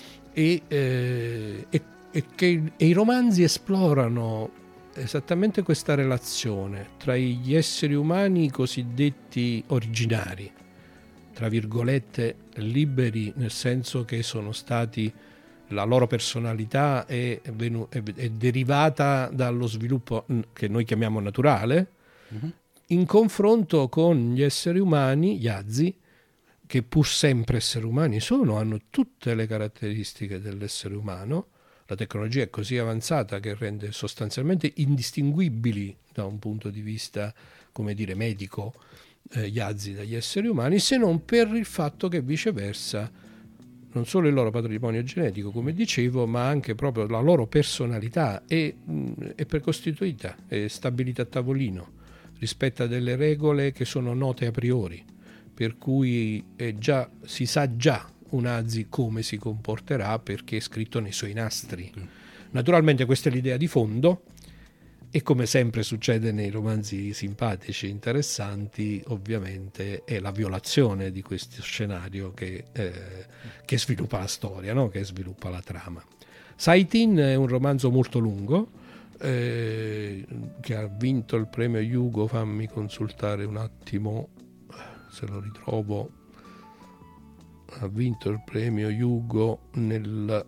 e i romanzi esplorano esattamente questa relazione tra gli esseri umani cosiddetti originari, tra virgolette liberi, nel senso che sono stati, la loro personalità è derivata dallo sviluppo che noi chiamiamo naturale, in confronto con gli esseri umani, gli Azi, che pur sempre esseri umani sono, hanno tutte le caratteristiche dell'essere umano. La tecnologia è così avanzata che rende sostanzialmente indistinguibili da un punto di vista, come dire, medico, gli Azi dagli esseri umani, se non per il fatto che viceversa non solo il loro patrimonio genetico, come dicevo, ma anche proprio la loro personalità è precostituita, è stabilita a tavolino, rispetto a delle regole che sono note a priori, per cui si sa già un Azi come si comporterà perché è scritto nei suoi nastri. Naturalmente questa è l'idea di fondo, e come sempre succede nei romanzi simpatici, interessanti, ovviamente è la violazione di questo scenario che sviluppa la storia, no? Che sviluppa la trama. Saitin è un romanzo molto lungo, che ha vinto il premio Hugo, fammi consultare un attimo se lo ritrovo, ha vinto il premio Hugo nel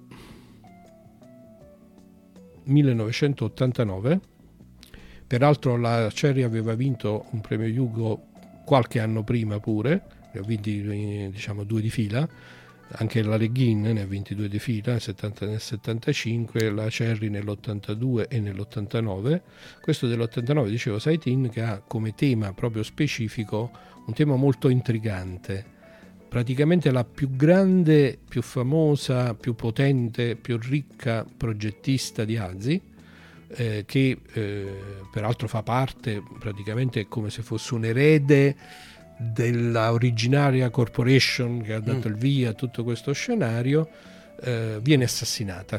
1989. Peraltro la Cherry aveva vinto un premio Hugo qualche anno prima pure, ne ha vinti diciamo 2 di fila, anche la Le Guin ne ha vinti 2 di fila, nel 75, la Cherry nell'82 e nell'89. Questo dell'89, dicevo, Saitin, che ha come tema proprio specifico un tema molto intrigante, praticamente la più grande, più famosa, più potente, più ricca progettista di Azi, che peraltro fa parte, praticamente è come se fosse un erede della originaria corporation che ha dato il via a tutto questo scenario, viene assassinata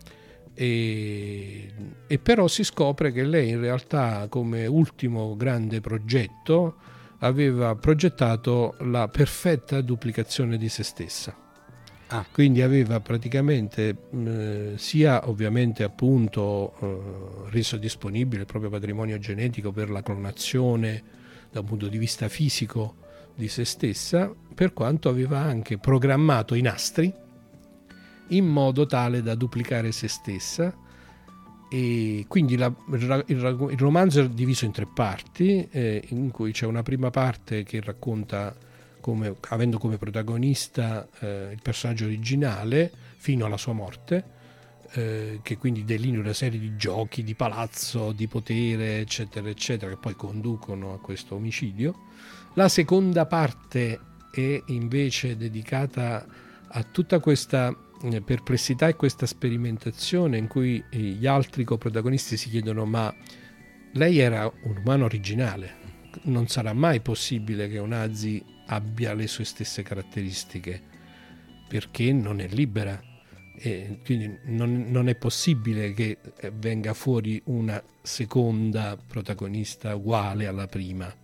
e però si scopre che lei in realtà, come ultimo grande progetto, aveva progettato la perfetta duplicazione di se stessa. Quindi aveva praticamente sia ovviamente appunto reso disponibile il proprio patrimonio genetico per la clonazione da un punto di vista fisico di se stessa, per quanto aveva anche programmato i nastri in modo tale da duplicare se stessa. E quindi il romanzo è diviso in 3 parti, in cui c'è una prima parte che racconta avendo come protagonista il personaggio originale fino alla sua morte, che quindi delinea una serie di giochi di palazzo, di potere, eccetera eccetera, che poi conducono a questo omicidio. La seconda parte è invece dedicata a tutta questa perplessità e questa sperimentazione in cui gli altri coprotagonisti si chiedono: ma lei era un umano originale, non sarà mai possibile che un Azi abbia le sue stesse caratteristiche, perché non è libera, e quindi non è possibile che venga fuori una seconda protagonista uguale alla prima.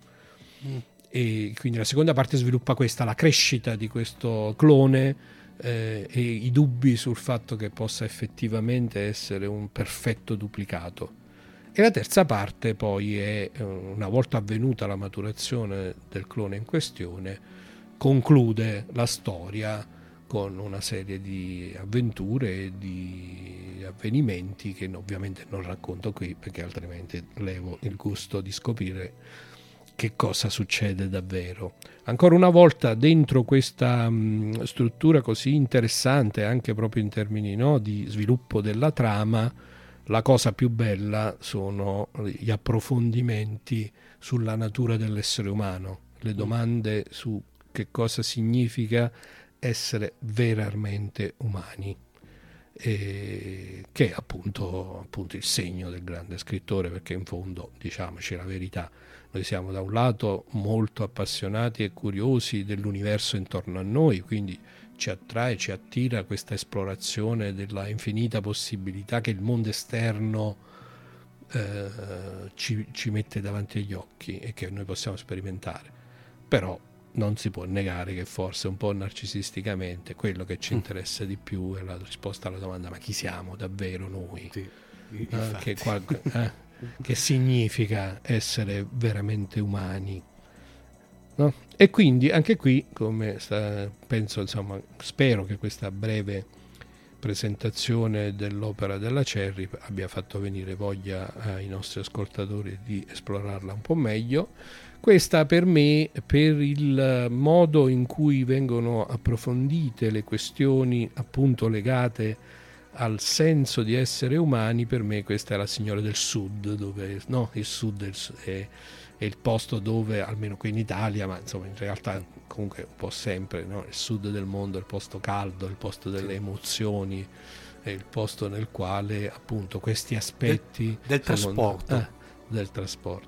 E quindi la seconda parte sviluppa la crescita di questo clone e i dubbi sul fatto che possa effettivamente essere un perfetto duplicato. E la terza parte poi è, una volta avvenuta la maturazione del clone in questione, conclude la storia con una serie di avventure e di avvenimenti che ovviamente non racconto qui, perché altrimenti levo il gusto di scoprire che cosa succede davvero. Ancora una volta, dentro questa struttura così interessante, anche proprio in termini di sviluppo della trama, la cosa più bella sono gli approfondimenti sulla natura dell'essere umano, le domande su che cosa significa essere veramente umani, che è appunto il segno del grande scrittore, perché in fondo, diciamoci la verità, noi siamo da un lato molto appassionati e curiosi dell'universo intorno a noi, quindi ci attrae, ci attira questa esplorazione della infinita possibilità che il mondo esterno ci mette davanti agli occhi e che noi possiamo sperimentare. Però non si può negare che forse un po' narcisisticamente quello che ci interessa di più è la risposta alla domanda: ma chi siamo davvero noi? Sì, Che significa essere veramente umani, no? E quindi anche qui, penso, insomma, spero che questa breve presentazione dell'opera della Cerri abbia fatto venire voglia ai nostri ascoltatori di esplorarla un po' meglio. Questa per me, per il modo in cui vengono approfondite le questioni appunto legate al senso di essere umani, per me questa è La Signora del Sud, dove il Sud è il posto dove, almeno qui in Italia, ma insomma in realtà comunque un po' sempre, no? Il sud del mondo è il posto caldo, il posto delle emozioni, è il posto nel quale appunto questi aspetti del trasporto. Del trasporto.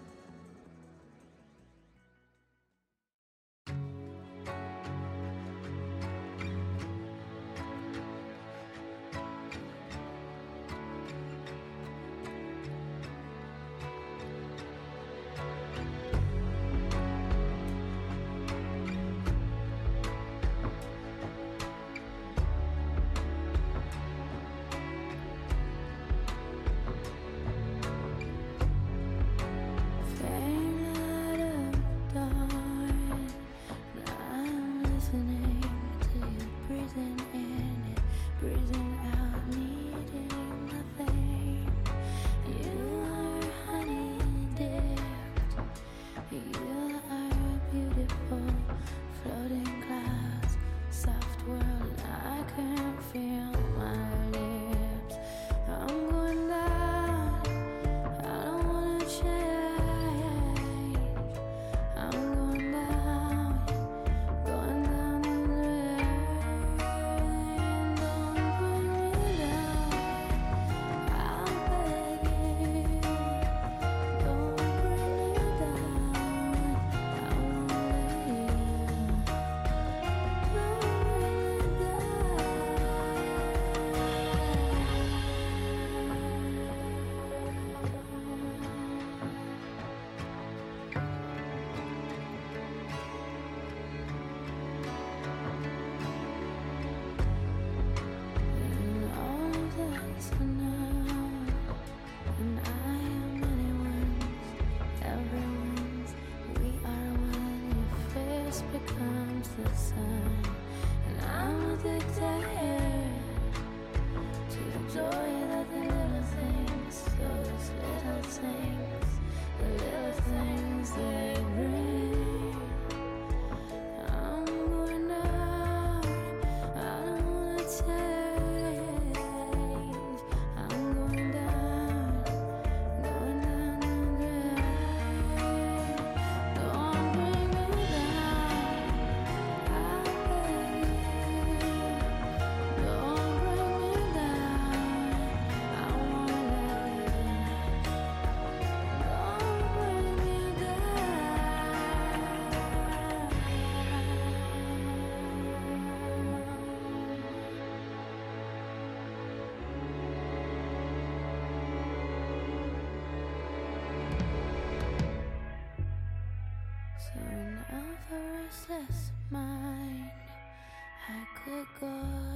could go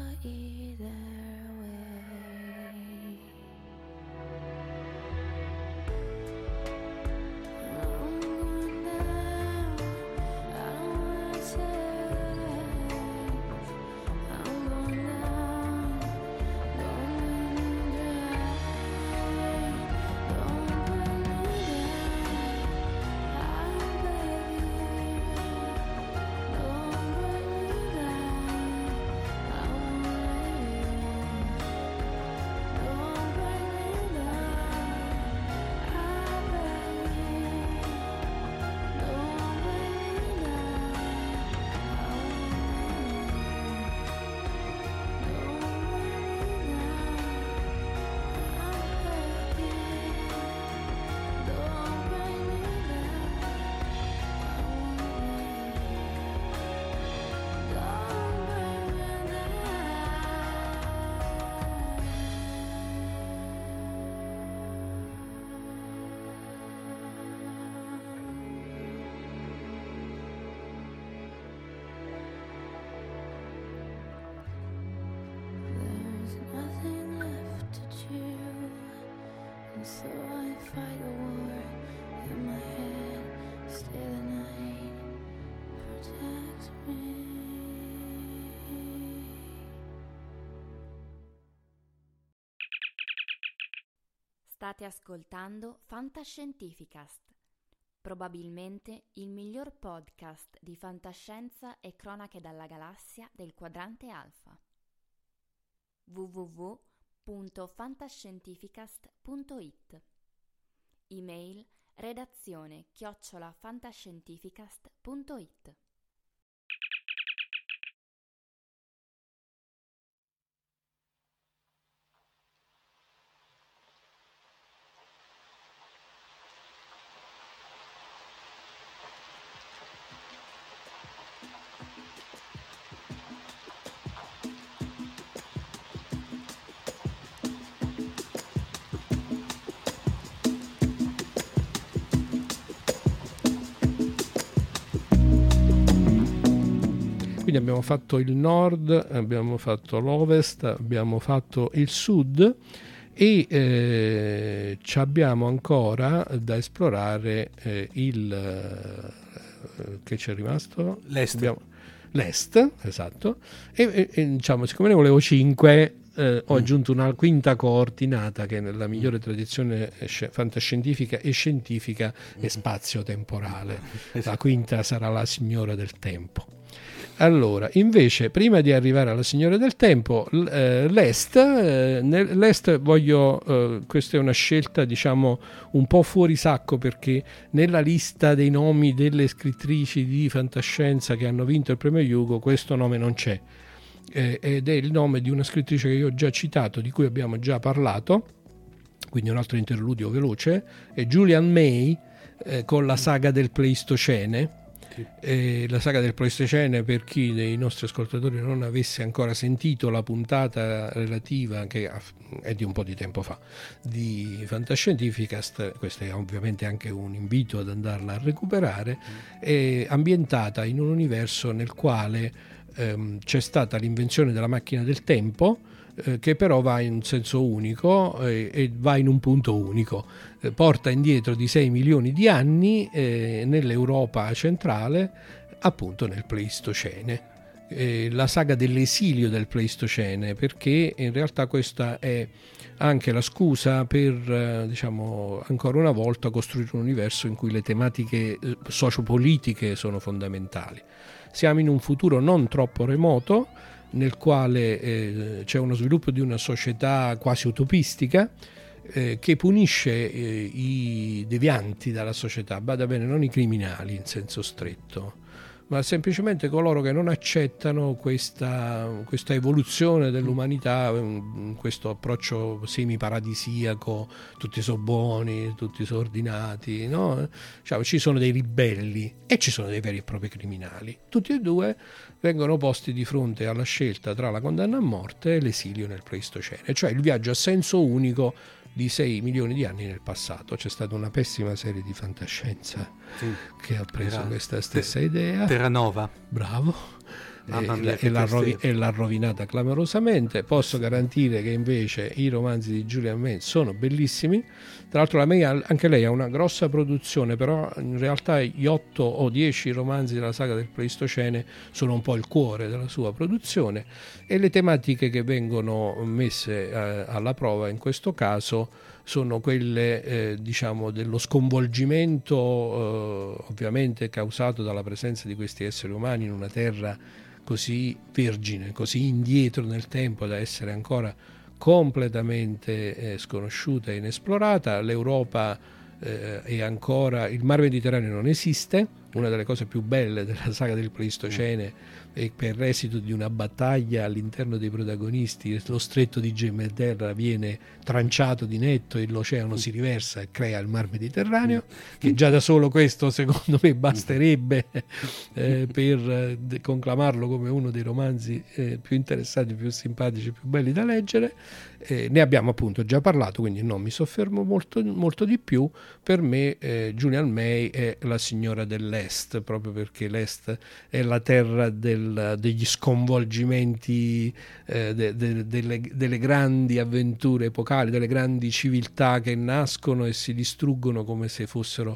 either way. I'm going down, I don't wanna change. I'm going down, don't bring me down, I'm begging you, don't bring me down, I won't let you. State ascoltando Fantascientificast, probabilmente il miglior podcast di fantascienza e cronache dalla galassia del quadrante alfa. www.fantascientificast.it. Email redazione@fantascientificast.it. Quindi abbiamo fatto il nord, abbiamo fatto l'ovest, abbiamo fatto il sud e ci abbiamo ancora da esplorare che c'è rimasto? L'est. L'est, esatto. E diciamo, siccome ne volevo 5, ho aggiunto una quinta coordinata che nella migliore tradizione fantascientifica e scientifica è spazio-temporale. La quinta sarà la signora del tempo. Allora, invece, prima di arrivare alla signora del tempo, l'est voglio, questa è una scelta diciamo un po' fuori sacco, perché nella lista dei nomi delle scrittrici di fantascienza che hanno vinto il premio Hugo questo nome non c'è, ed è il nome di una scrittrice che io ho già citato, di cui abbiamo già parlato, quindi un altro interludio veloce, è Julian May, con la saga del Pleistocene. La saga del Pleistocene, per chi dei nostri ascoltatori non avesse ancora sentito la puntata relativa, che è di un po' di tempo fa, di Fantascientificast, questo è ovviamente anche un invito ad andarla a recuperare, è ambientata in un universo nel quale c'è stata l'invenzione della macchina del tempo, che però va in senso unico e va in un punto unico, porta indietro di 6 milioni di anni nell'Europa centrale, appunto nel Pleistocene. La saga dell'esilio del Pleistocene, perché in realtà questa è anche la scusa per diciamo ancora una volta costruire un universo in cui le tematiche sociopolitiche sono fondamentali. Siamo in un futuro non troppo remoto, nel quale c'è uno sviluppo di una società quasi utopistica che punisce i devianti dalla società, bada bene, non i criminali in senso stretto, ma semplicemente coloro che non accettano questa evoluzione dell'umanità, questo approccio semi-paradisiaco, tutti sono buoni, tutti sono ordinati, no? Cioè, ci sono dei ribelli e ci sono dei veri e propri criminali. Tutti e due vengono posti di fronte alla scelta tra la condanna a morte e l'esilio nel Pleistocene, cioè il viaggio a senso unico di 6 milioni di anni nel passato. C'è stata una pessima serie di fantascienza che ha preso questa stessa idea. Terranova. Bravo. Mamma mia, e l'ha rovinata clamorosamente. Posso garantire che invece i romanzi di Julian May sono bellissimi. Tra l'altro anche lei ha una grossa produzione, però in realtà gli 8 o 10 romanzi della saga del Pleistocene sono un po' il cuore della sua produzione, e le tematiche che vengono messe alla prova in questo caso sono quelle diciamo dello sconvolgimento ovviamente causato dalla presenza di questi esseri umani in una terra così vergine, così indietro nel tempo da essere ancora completamente sconosciuta e inesplorata. L'Europa è ancora, il mar Mediterraneo non esiste. Una delle cose più belle della saga del Pleistocene è per esito di una battaglia all'interno dei protagonisti lo stretto di Gibraltar viene tranciato di netto e l'oceano si riversa e crea il mar Mediterraneo, che già da solo questo secondo me basterebbe per conclamarlo come uno dei romanzi più interessanti, più simpatici, più belli da leggere. Ne abbiamo appunto già parlato, quindi non mi soffermo molto di più. Per me Julian May è la signora dell'Est, proprio perché l'Est è la terra degli sconvolgimenti, delle grandi avventure epocali, delle grandi civiltà che nascono e si distruggono come se fossero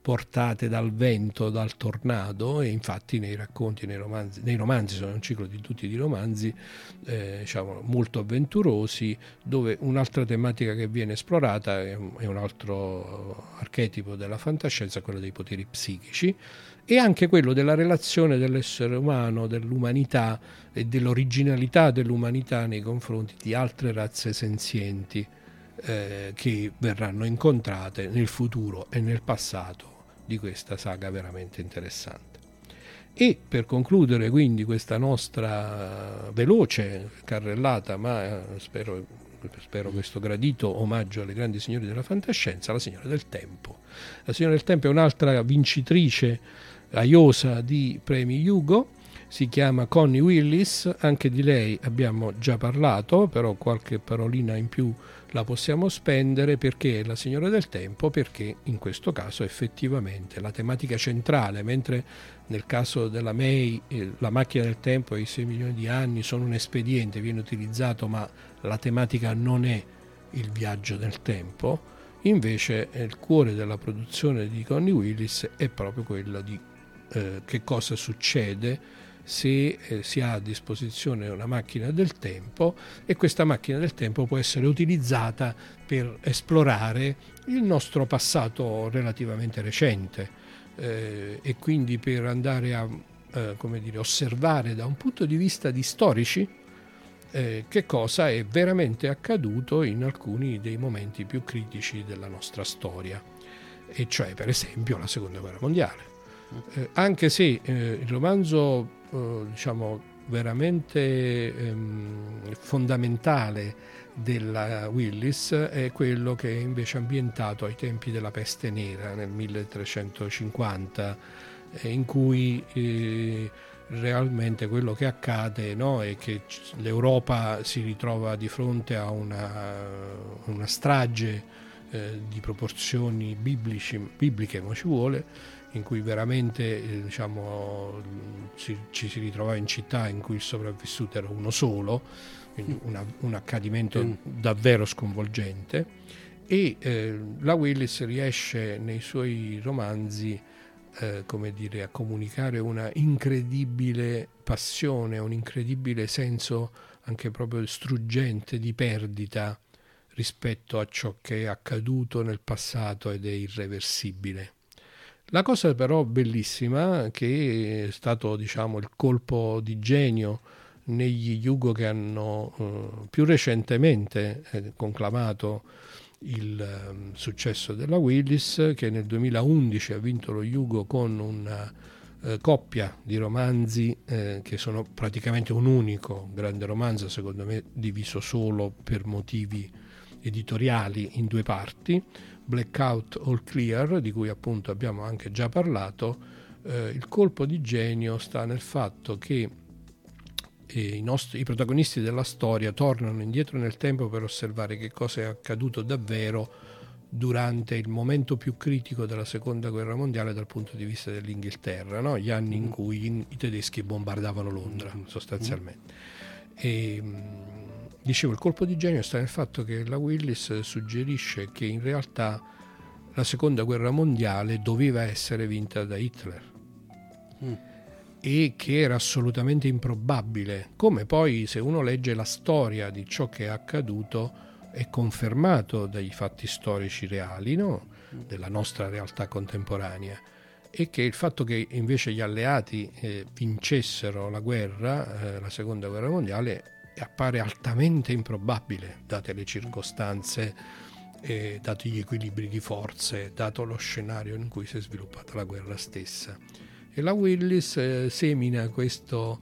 portate dal vento, dal tornado, e infatti nei racconti, nei romanzi sono un ciclo di tutti di romanzi diciamo molto avventurosi, dove un'altra tematica che viene esplorata è un altro archetipo della fantascienza, quello dei poteri psichici, e anche quello della relazione dell'essere umano, dell'umanità e dell'originalità dell'umanità nei confronti di altre razze senzienti che verranno incontrate nel futuro e nel passato di questa saga veramente interessante. E per concludere quindi questa nostra veloce carrellata, ma spero questo gradito omaggio alle grandi signori della fantascienza, la Signora del Tempo. La Signora del Tempo è un'altra vincitrice aiosa di premi Hugo, si chiama Connie Willis, anche di lei abbiamo già parlato, però qualche parolina in più la possiamo spendere. Perché è la Signora del Tempo? Perché in questo caso effettivamente la tematica centrale, mentre nel caso della May la macchina del tempo e i 6 milioni di anni sono un espediente, viene utilizzato, ma la tematica non è il viaggio nel tempo, invece il cuore della produzione di Connie Willis è proprio quella di che cosa succede se si ha a disposizione una macchina del tempo, e questa macchina del tempo può essere utilizzata per esplorare il nostro passato relativamente recente e quindi per andare a osservare da un punto di vista di storici che cosa è veramente accaduto in alcuni dei momenti più critici della nostra storia, e cioè per esempio la Seconda Guerra Mondiale. Anche se il romanzo diciamo veramente fondamentale della Willis è quello che è invece ambientato ai tempi della peste nera nel 1350, in cui realmente quello che accade, no, è che l'Europa si ritrova di fronte a una strage di proporzioni bibliche, ma ci vuole, in cui veramente ci si ritrovava in città in cui il sopravvissuto era uno solo, quindi un accadimento davvero sconvolgente, e la Willis riesce nei suoi romanzi a comunicare una incredibile passione, un incredibile senso anche proprio struggente di perdita rispetto a ciò che è accaduto nel passato ed è irreversibile. La cosa però bellissima, che è stato il colpo di genio negli Hugo che hanno più recentemente conclamato il successo della Willis, che nel 2011 ha vinto lo Hugo con una coppia di romanzi che sono praticamente un unico grande romanzo, secondo me diviso solo per motivi editoriali in 2 parti, Blackout All Clear, di cui appunto abbiamo anche già parlato. Il colpo di genio sta nel fatto che i protagonisti della storia tornano indietro nel tempo per osservare che cosa è accaduto davvero durante il momento più critico della Seconda Guerra Mondiale dal punto di vista dell'Inghilterra, no? Gli anni in cui i tedeschi bombardavano Londra sostanzialmente. Dicevo, il colpo di genio sta nel fatto che la Willis suggerisce che in realtà la Seconda Guerra Mondiale doveva essere vinta da Hitler e che era assolutamente improbabile, come poi se uno legge la storia di ciò che è accaduto è confermato dai fatti storici reali, no? Della nostra realtà contemporanea, e che il fatto che invece gli alleati vincessero la guerra, la Seconda Guerra Mondiale, appare altamente improbabile, date le circostanze, dati gli equilibri di forze, dato lo scenario in cui si è sviluppata la guerra stessa. E la Willis semina questo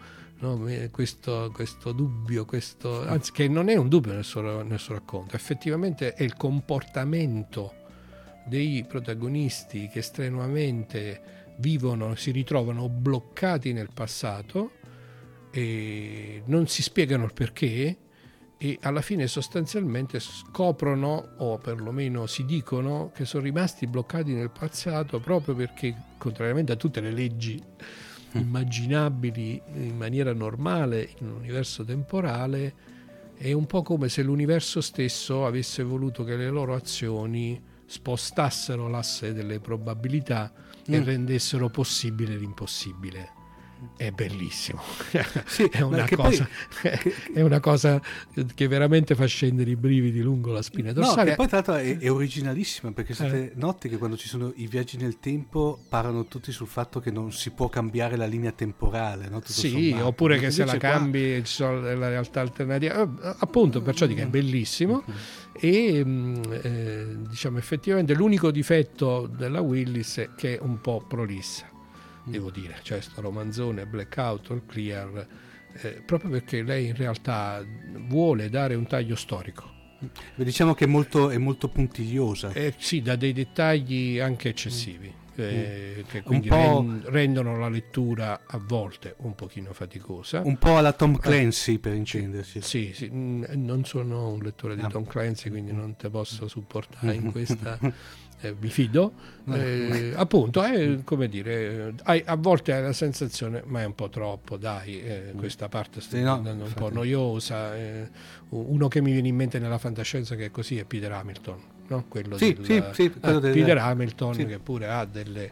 dubbio, anzi, che non è un dubbio nel suo racconto, effettivamente è il comportamento dei protagonisti che strenuamente vivono, si ritrovano bloccati nel passato e non si spiegano il perché, e alla fine sostanzialmente scoprono, o perlomeno si dicono, che sono rimasti bloccati nel passato proprio perché, contrariamente a tutte le leggi immaginabili in maniera normale in un universo temporale, è un po' come se l'universo stesso avesse voluto che le loro azioni spostassero l'asse delle probabilità e rendessero possibile l'impossibile. È bellissimo. Sì, è una che cosa, poi- è una cosa che veramente fa scendere i brividi lungo la spina No, dorsale. che poi tra l'altro è originalissima, perché siete noti che quando ci sono i viaggi nel tempo parlano tutti sul fatto che non si può cambiare la linea temporale, no? Tutto Sì, sommato. oppure che se la Invece qua- cambi ci sono la realtà alternativa. Appunto, perciò dico che è bellissimo. E diciamo effettivamente l'unico difetto della Willis è che è un po' prolissa, devo dire, cioè sto romanzone Blackout or Clear, proprio perché lei in realtà vuole dare un taglio storico. Diciamo che è molto puntigliosa. Sì, dà dei dettagli anche eccessivi, che quindi po'- rendono la lettura a volte un pochino faticosa. Un po' alla Tom Clancy, per intenderci. Sì, sì, non sono un lettore di Tom Clancy, quindi non te posso supportare in questa. Mi fido, appunto, è come dire, a volte hai la sensazione, ma è un po' troppo, dai, questa parte sta Sì, no, diventando un infatti. po' noiosa. Uno che mi viene in mente nella fantascienza che è così è Peter Hamilton, no? Quello Sì, sì, quello Peter Hamilton, sì. che pure ha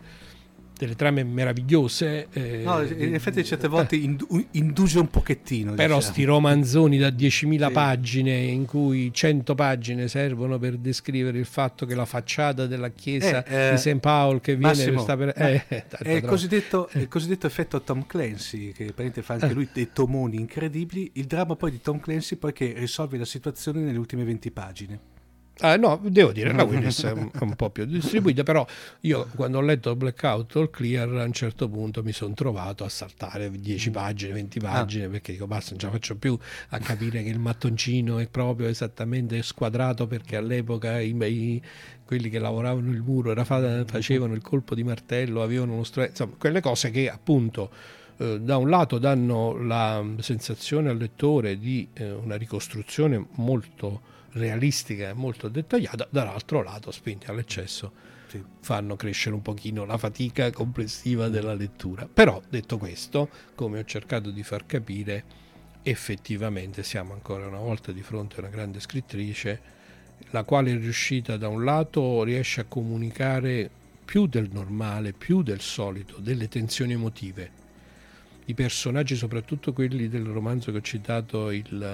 delle trame meravigliose. No, in effetti certe volte induce un pochettino. Però diciamo. sti romanzoni da 10.000 Sì. pagine, in cui 100 pagine servono per descrivere il fatto che la facciata della chiesa di St. Paul che viene Massimo, sta per... è il cosiddetto effetto Tom Clancy, che praticamente fa anche lui dei tomoni incredibili. Il dramma poi di Tom Clancy poi che risolve la situazione nelle ultime 20 pagine. No, devo dire, la Willis è un po' più distribuita, però io quando ho letto Blackout or Clear a un certo punto mi sono trovato a saltare 10 pagine, 20 pagine, perché dico basta, non ce la faccio più a capire che il mattoncino è proprio esattamente squadrato, perché all'epoca quelli che lavoravano il muro facevano il colpo di martello, avevano uno strumento, insomma, quelle cose che appunto da un lato danno la sensazione al lettore di una ricostruzione molto realistica e molto dettagliata, dall'altro lato, spinti all'eccesso, Sì. fanno crescere un pochino la fatica complessiva della lettura. Però, detto questo, come ho cercato di far capire, effettivamente siamo ancora una volta di fronte a una grande scrittrice, la quale è riuscita, da un lato, riesce a comunicare più del normale, più del solito, delle tensioni emotive. I personaggi, soprattutto quelli del romanzo che ho citato,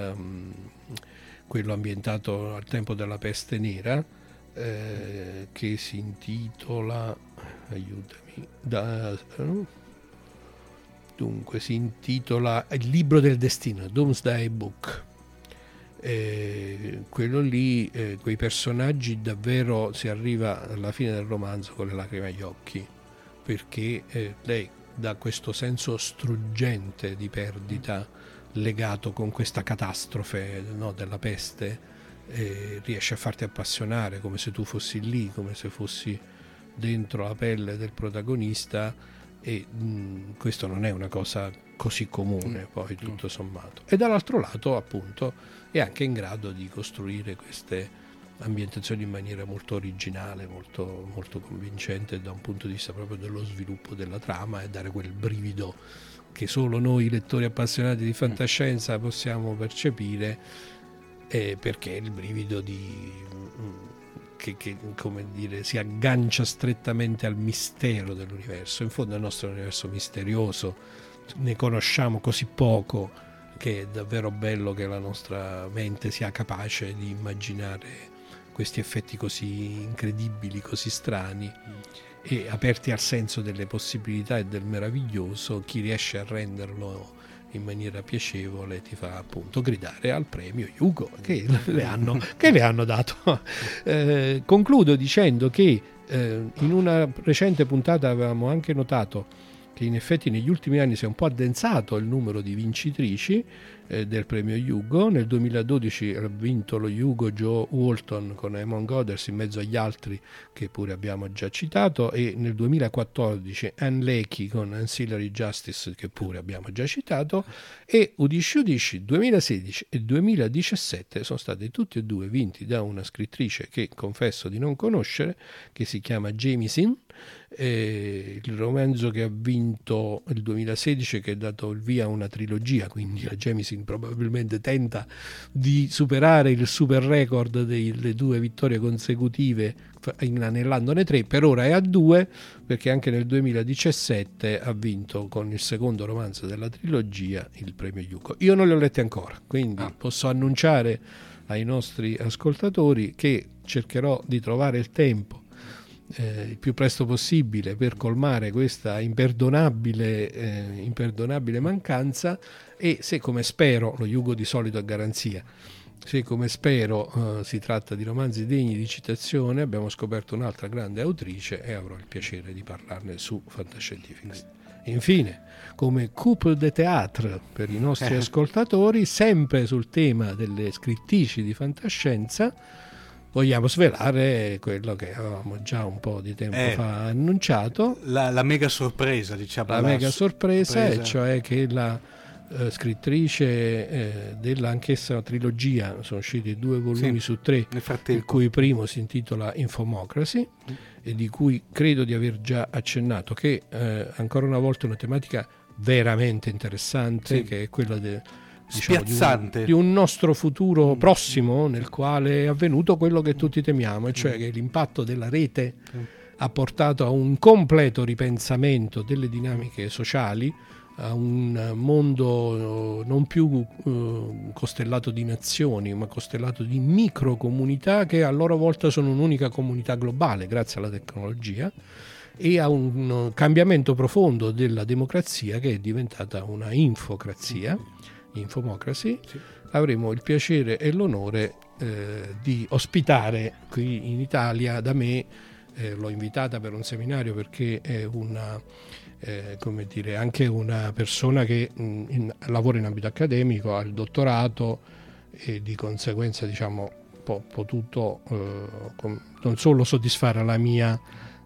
quello ambientato al tempo della peste nera, che si intitola, aiutami, dunque si intitola Il libro del destino, Doomsday Book. Quello lì, quei personaggi, davvero si arriva alla fine del romanzo con le lacrime agli occhi, perché lei dà questo senso struggente di perdita legato con questa catastrofe, no, della peste, riesce a farti appassionare come se tu fossi lì, come se fossi dentro la pelle del protagonista, e questo non è una cosa così comune poi tutto sommato. E dall'altro lato appunto è anche in grado di costruire queste ambientazioni in maniera molto originale, molto, molto convincente da un punto di vista proprio dello sviluppo della trama, e dare quel brivido che solo noi lettori appassionati di fantascienza possiamo percepire, perché è il brivido che come dire, si aggancia strettamente al mistero dell'universo. In fondo il nostro universo misterioso, ne conosciamo così poco che è davvero bello che la nostra mente sia capace di immaginare questi effetti così incredibili, così strani, e aperti al senso delle possibilità e del meraviglioso. Chi riesce a renderlo in maniera piacevole ti fa appunto gridare al premio Hugo che le hanno dato. Concludo dicendo che in una recente puntata avevamo anche notato che in effetti negli ultimi anni si è un po' addensato il numero di vincitrici del premio Hugo. Nel 2012 ha vinto lo Hugo Joe Walton con Eamon Goddard in mezzo agli altri che pure abbiamo già citato, e nel 2014 Anne Leckie con Ancillary Justice che pure abbiamo già citato, e Udisci Udisci 2016 e 2017 sono stati tutti e due vinti da una scrittrice che confesso di non conoscere, che si chiama Jamie Sin. Il romanzo che ha vinto il 2016, che ha dato il via a una trilogia, quindi la Jamie Magazine probabilmente tenta di superare il super record delle 2 vittorie consecutive inanellandone 3, per ora è a 2 perché anche nel 2017 ha vinto con il secondo romanzo della trilogia il premio Hugo. Io non li ho letti ancora, quindi posso annunciare ai nostri ascoltatori che cercherò di trovare il tempo il più presto possibile per colmare questa imperdonabile mancanza, e se, come spero, lo Hugo di solito è garanzia, se come spero si tratta di romanzi degni di citazione, abbiamo scoperto un'altra grande autrice e avrò il piacere di parlarne su Fantascientificast. Infine, come coupe de théâtre per i nostri ascoltatori, sempre sul tema delle scrittrici di fantascienza, vogliamo svelare quello che avevamo già un po' di tempo fa annunciato. La mega sorpresa, diciamo. La mega sorpresa, e cioè che la scrittrice dell'anch'essa trilogia, sono usciti 2 volumi su 3, il cui primo si intitola Infomocracy, e di cui credo di aver già accennato che ancora una volta è una tematica veramente interessante, che è quella spiazzante di un nostro futuro prossimo, nel quale è avvenuto quello che tutti temiamo, e cioè che l'impatto della rete ha portato a un completo ripensamento delle dinamiche sociali, a un mondo non più costellato di nazioni, ma costellato di microcomunità che a loro volta sono un'unica comunità globale grazie alla tecnologia, e a un cambiamento profondo della democrazia che è diventata una infocrazia, Infomocracy. Avremo il piacere e l'onore di ospitare qui in Italia da me, l'ho invitata per un seminario perché è una anche una persona che lavora in ambito accademico, ha il dottorato, e di conseguenza ho potuto non solo soddisfare la mia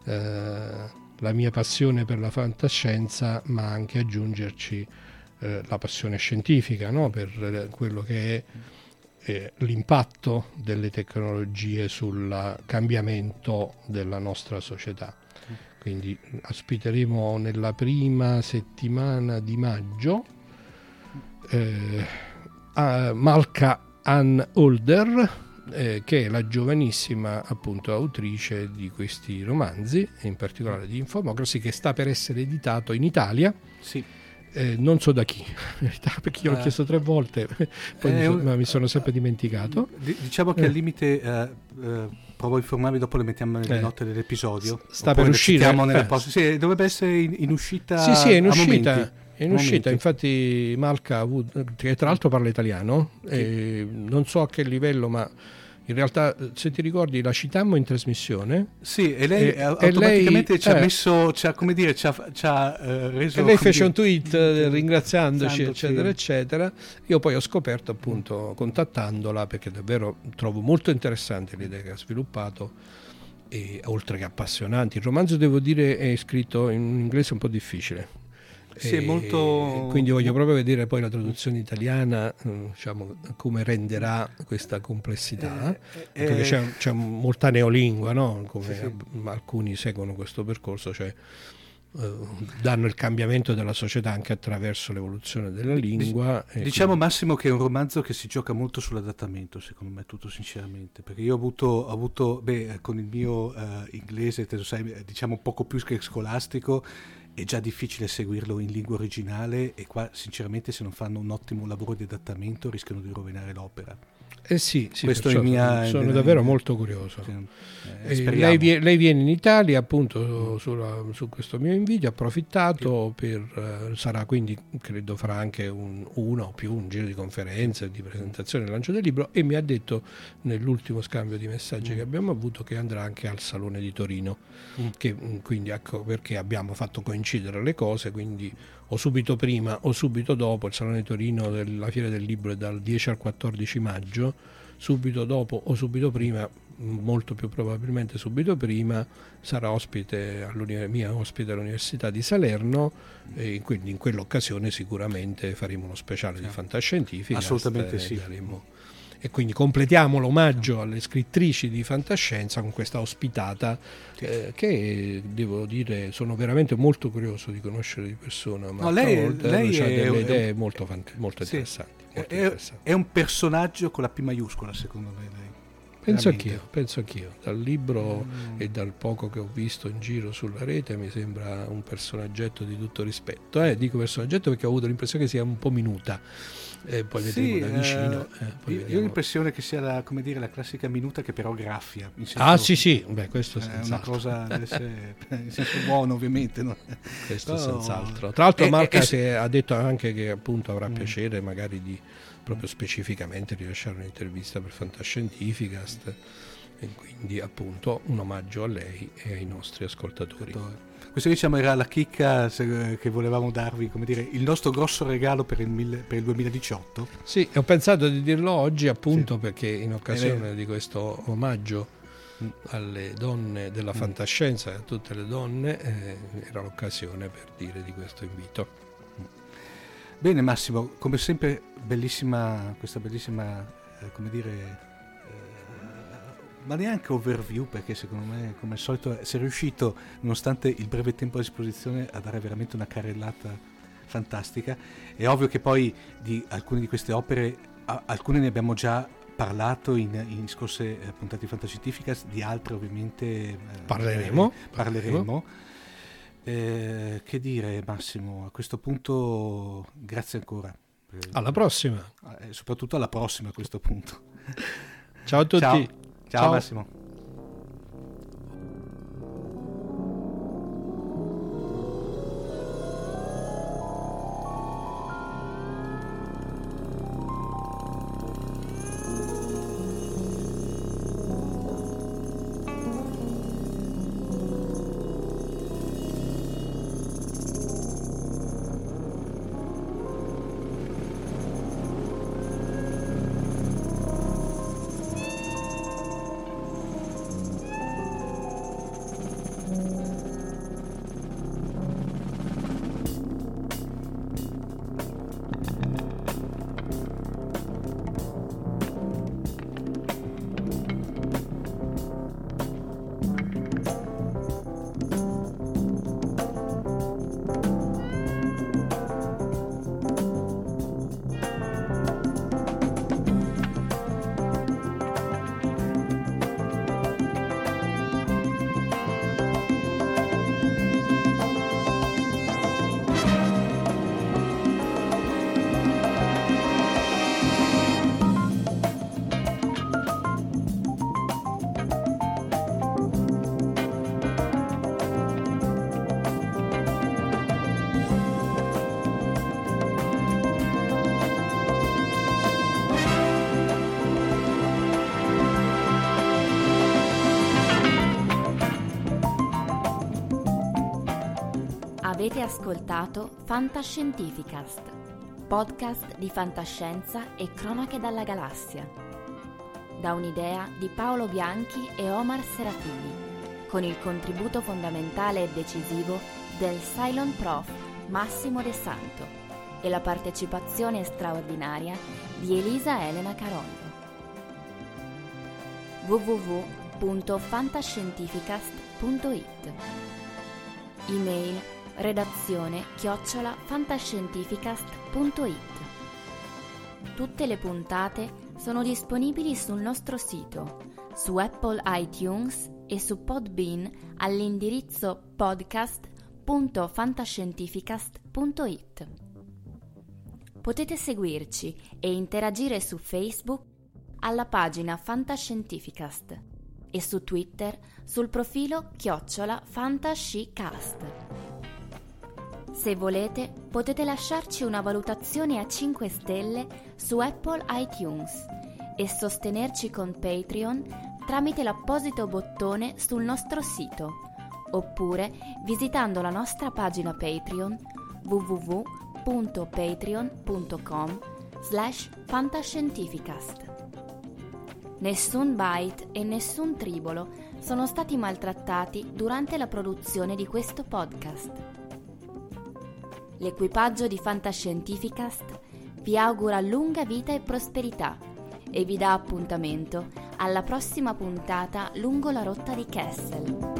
passione per la fantascienza, ma anche aggiungerci la passione scientifica, no? Per quello che è l'impatto delle tecnologie sul cambiamento della nostra società. Quindi ospiteremo nella prima settimana di maggio Malka Ann Holder, che è la giovanissima appunto autrice di questi romanzi, in particolare di Infomocracy, che sta per essere editato in Italia. Sì. Non so da chi, perché io l'ho chiesto 3 volte, poi ma mi sono sempre dimenticato. Diciamo che al limite provo a informarmi, dopo le mettiamo nelle note dell'episodio. Sta per uscire. Sì, dovrebbe essere in uscita. Sì, è in uscita. Momenti. È in uscita, infatti Malka, che tra l'altro parla italiano, non so a che livello, ma in realtà, se ti ricordi, la citammo in trasmissione. Sì, e lei automaticamente lei, ci ha messo, ci ha reso. E lei fece un tweet ringraziandoci, eccetera, eccetera. Io poi ho scoperto, appunto, contattandola, perché davvero trovo molto interessante l'idea che ha sviluppato, e oltre che appassionanti. Il romanzo, devo dire, è scritto in un inglese un po' difficile. Sì, è molto. Quindi voglio proprio vedere poi la traduzione italiana, come renderà questa complessità, perché c'è molta neolingua, no? Come alcuni seguono questo percorso, cioè danno il cambiamento della società anche attraverso l'evoluzione della lingua. Diciamo, Massimo, che è un romanzo che si gioca molto sull'adattamento, secondo me, tutto sinceramente, perché io ho avuto con il mio inglese, te lo sai, diciamo poco più che scolastico, è già difficile seguirlo in lingua originale, e qua sinceramente, se non fanno un ottimo lavoro di adattamento, rischiano di rovinare l'opera. Sì, questo sono davvero molto curioso. Lei viene in Italia, appunto, su questo mio invito, ha approfittato sarà, quindi credo farà anche uno o più un giro di conferenze, di presentazione e lancio del libro, e mi ha detto nell'ultimo scambio di messaggi che abbiamo avuto che andrà anche al Salone di Torino, che quindi ecco perché abbiamo fatto coincidere le cose, quindi o subito prima o subito dopo. Il Salone di Torino della Fiera del Libro è dal 10 al 14 maggio, subito dopo o subito prima, molto più probabilmente subito prima, sarà mia ospite all'Università di Salerno, e quindi in quell'occasione sicuramente faremo uno speciale di Fantascientificast. Assolutamente sì. E quindi completiamo l'omaggio alle scrittrici di fantascienza con questa ospitata che devo dire sono veramente molto curioso di conoscere di persona. Ma lei ha delle idee molto sì, interessanti. è un personaggio con la P maiuscola, secondo me. Lei. Penso anch'io. Dal libro e dal poco che ho visto in giro sulla rete mi sembra un personaggetto di tutto rispetto. Dico personaggetto perché ho avuto l'impressione che sia un po' minuta. Poi vedremo da vicino. Io ho l'impressione che sia la classica minuta che però graffia. In senso, sì. Beh, questo è una cosa deve essere, in senso buono, ovviamente. No? Questo senz'altro. Tra l'altro Marca ha detto anche che appunto avrà piacere magari di proprio specificamente rilasciare un'intervista per Fantascientificast, e quindi appunto un omaggio a lei e ai nostri ascoltatori. Questo diciamo era la chicca che volevamo darvi, come dire, il nostro grosso regalo per il 2018. Sì, ho pensato di dirlo oggi appunto perché in occasione di questo omaggio alle donne della fantascienza e a tutte le donne era l'occasione per dire di questo invito. Bene Massimo, come sempre questa bellissima, come dire, ma neanche overview, perché secondo me come al solito sei riuscito, nonostante il breve tempo a disposizione, a dare veramente una carrellata fantastica. È ovvio che poi di alcune di queste opere, alcune ne abbiamo già parlato in scorse puntate di Fantascientificast, di altre ovviamente parleremo. Che dire Massimo, a questo punto grazie ancora. Alla prossima. Soprattutto alla prossima a questo punto. Ciao a tutti. Ciao. Massimo. Avete ascoltato Fantascientificast, podcast di fantascienza e cronache dalla galassia. Da un'idea di Paolo Bianchi e Omar Serafini, con il contributo fondamentale e decisivo del Cylon Prof Massimo De Santo e la partecipazione straordinaria di Elisa Elena Carollo. www.fantascientificast.it. Email redazione@fantascientificast.it. Tutte le puntate sono disponibili sul nostro sito, su Apple iTunes e su Podbean all'indirizzo podcast.fantascientificast.it. Potete seguirci e interagire su Facebook alla pagina Fantascientificast e su Twitter sul profilo @fantascicast. Se volete, potete lasciarci una valutazione a 5 stelle su Apple iTunes e sostenerci con Patreon tramite l'apposito bottone sul nostro sito, oppure visitando la nostra pagina Patreon www.patreon.com/fantascientificast. Nessun byte e nessun tribolo sono stati maltrattati durante la produzione di questo podcast. L'equipaggio di Fantascientificast vi augura lunga vita e prosperità e vi dà appuntamento alla prossima puntata lungo la rotta di Kessel.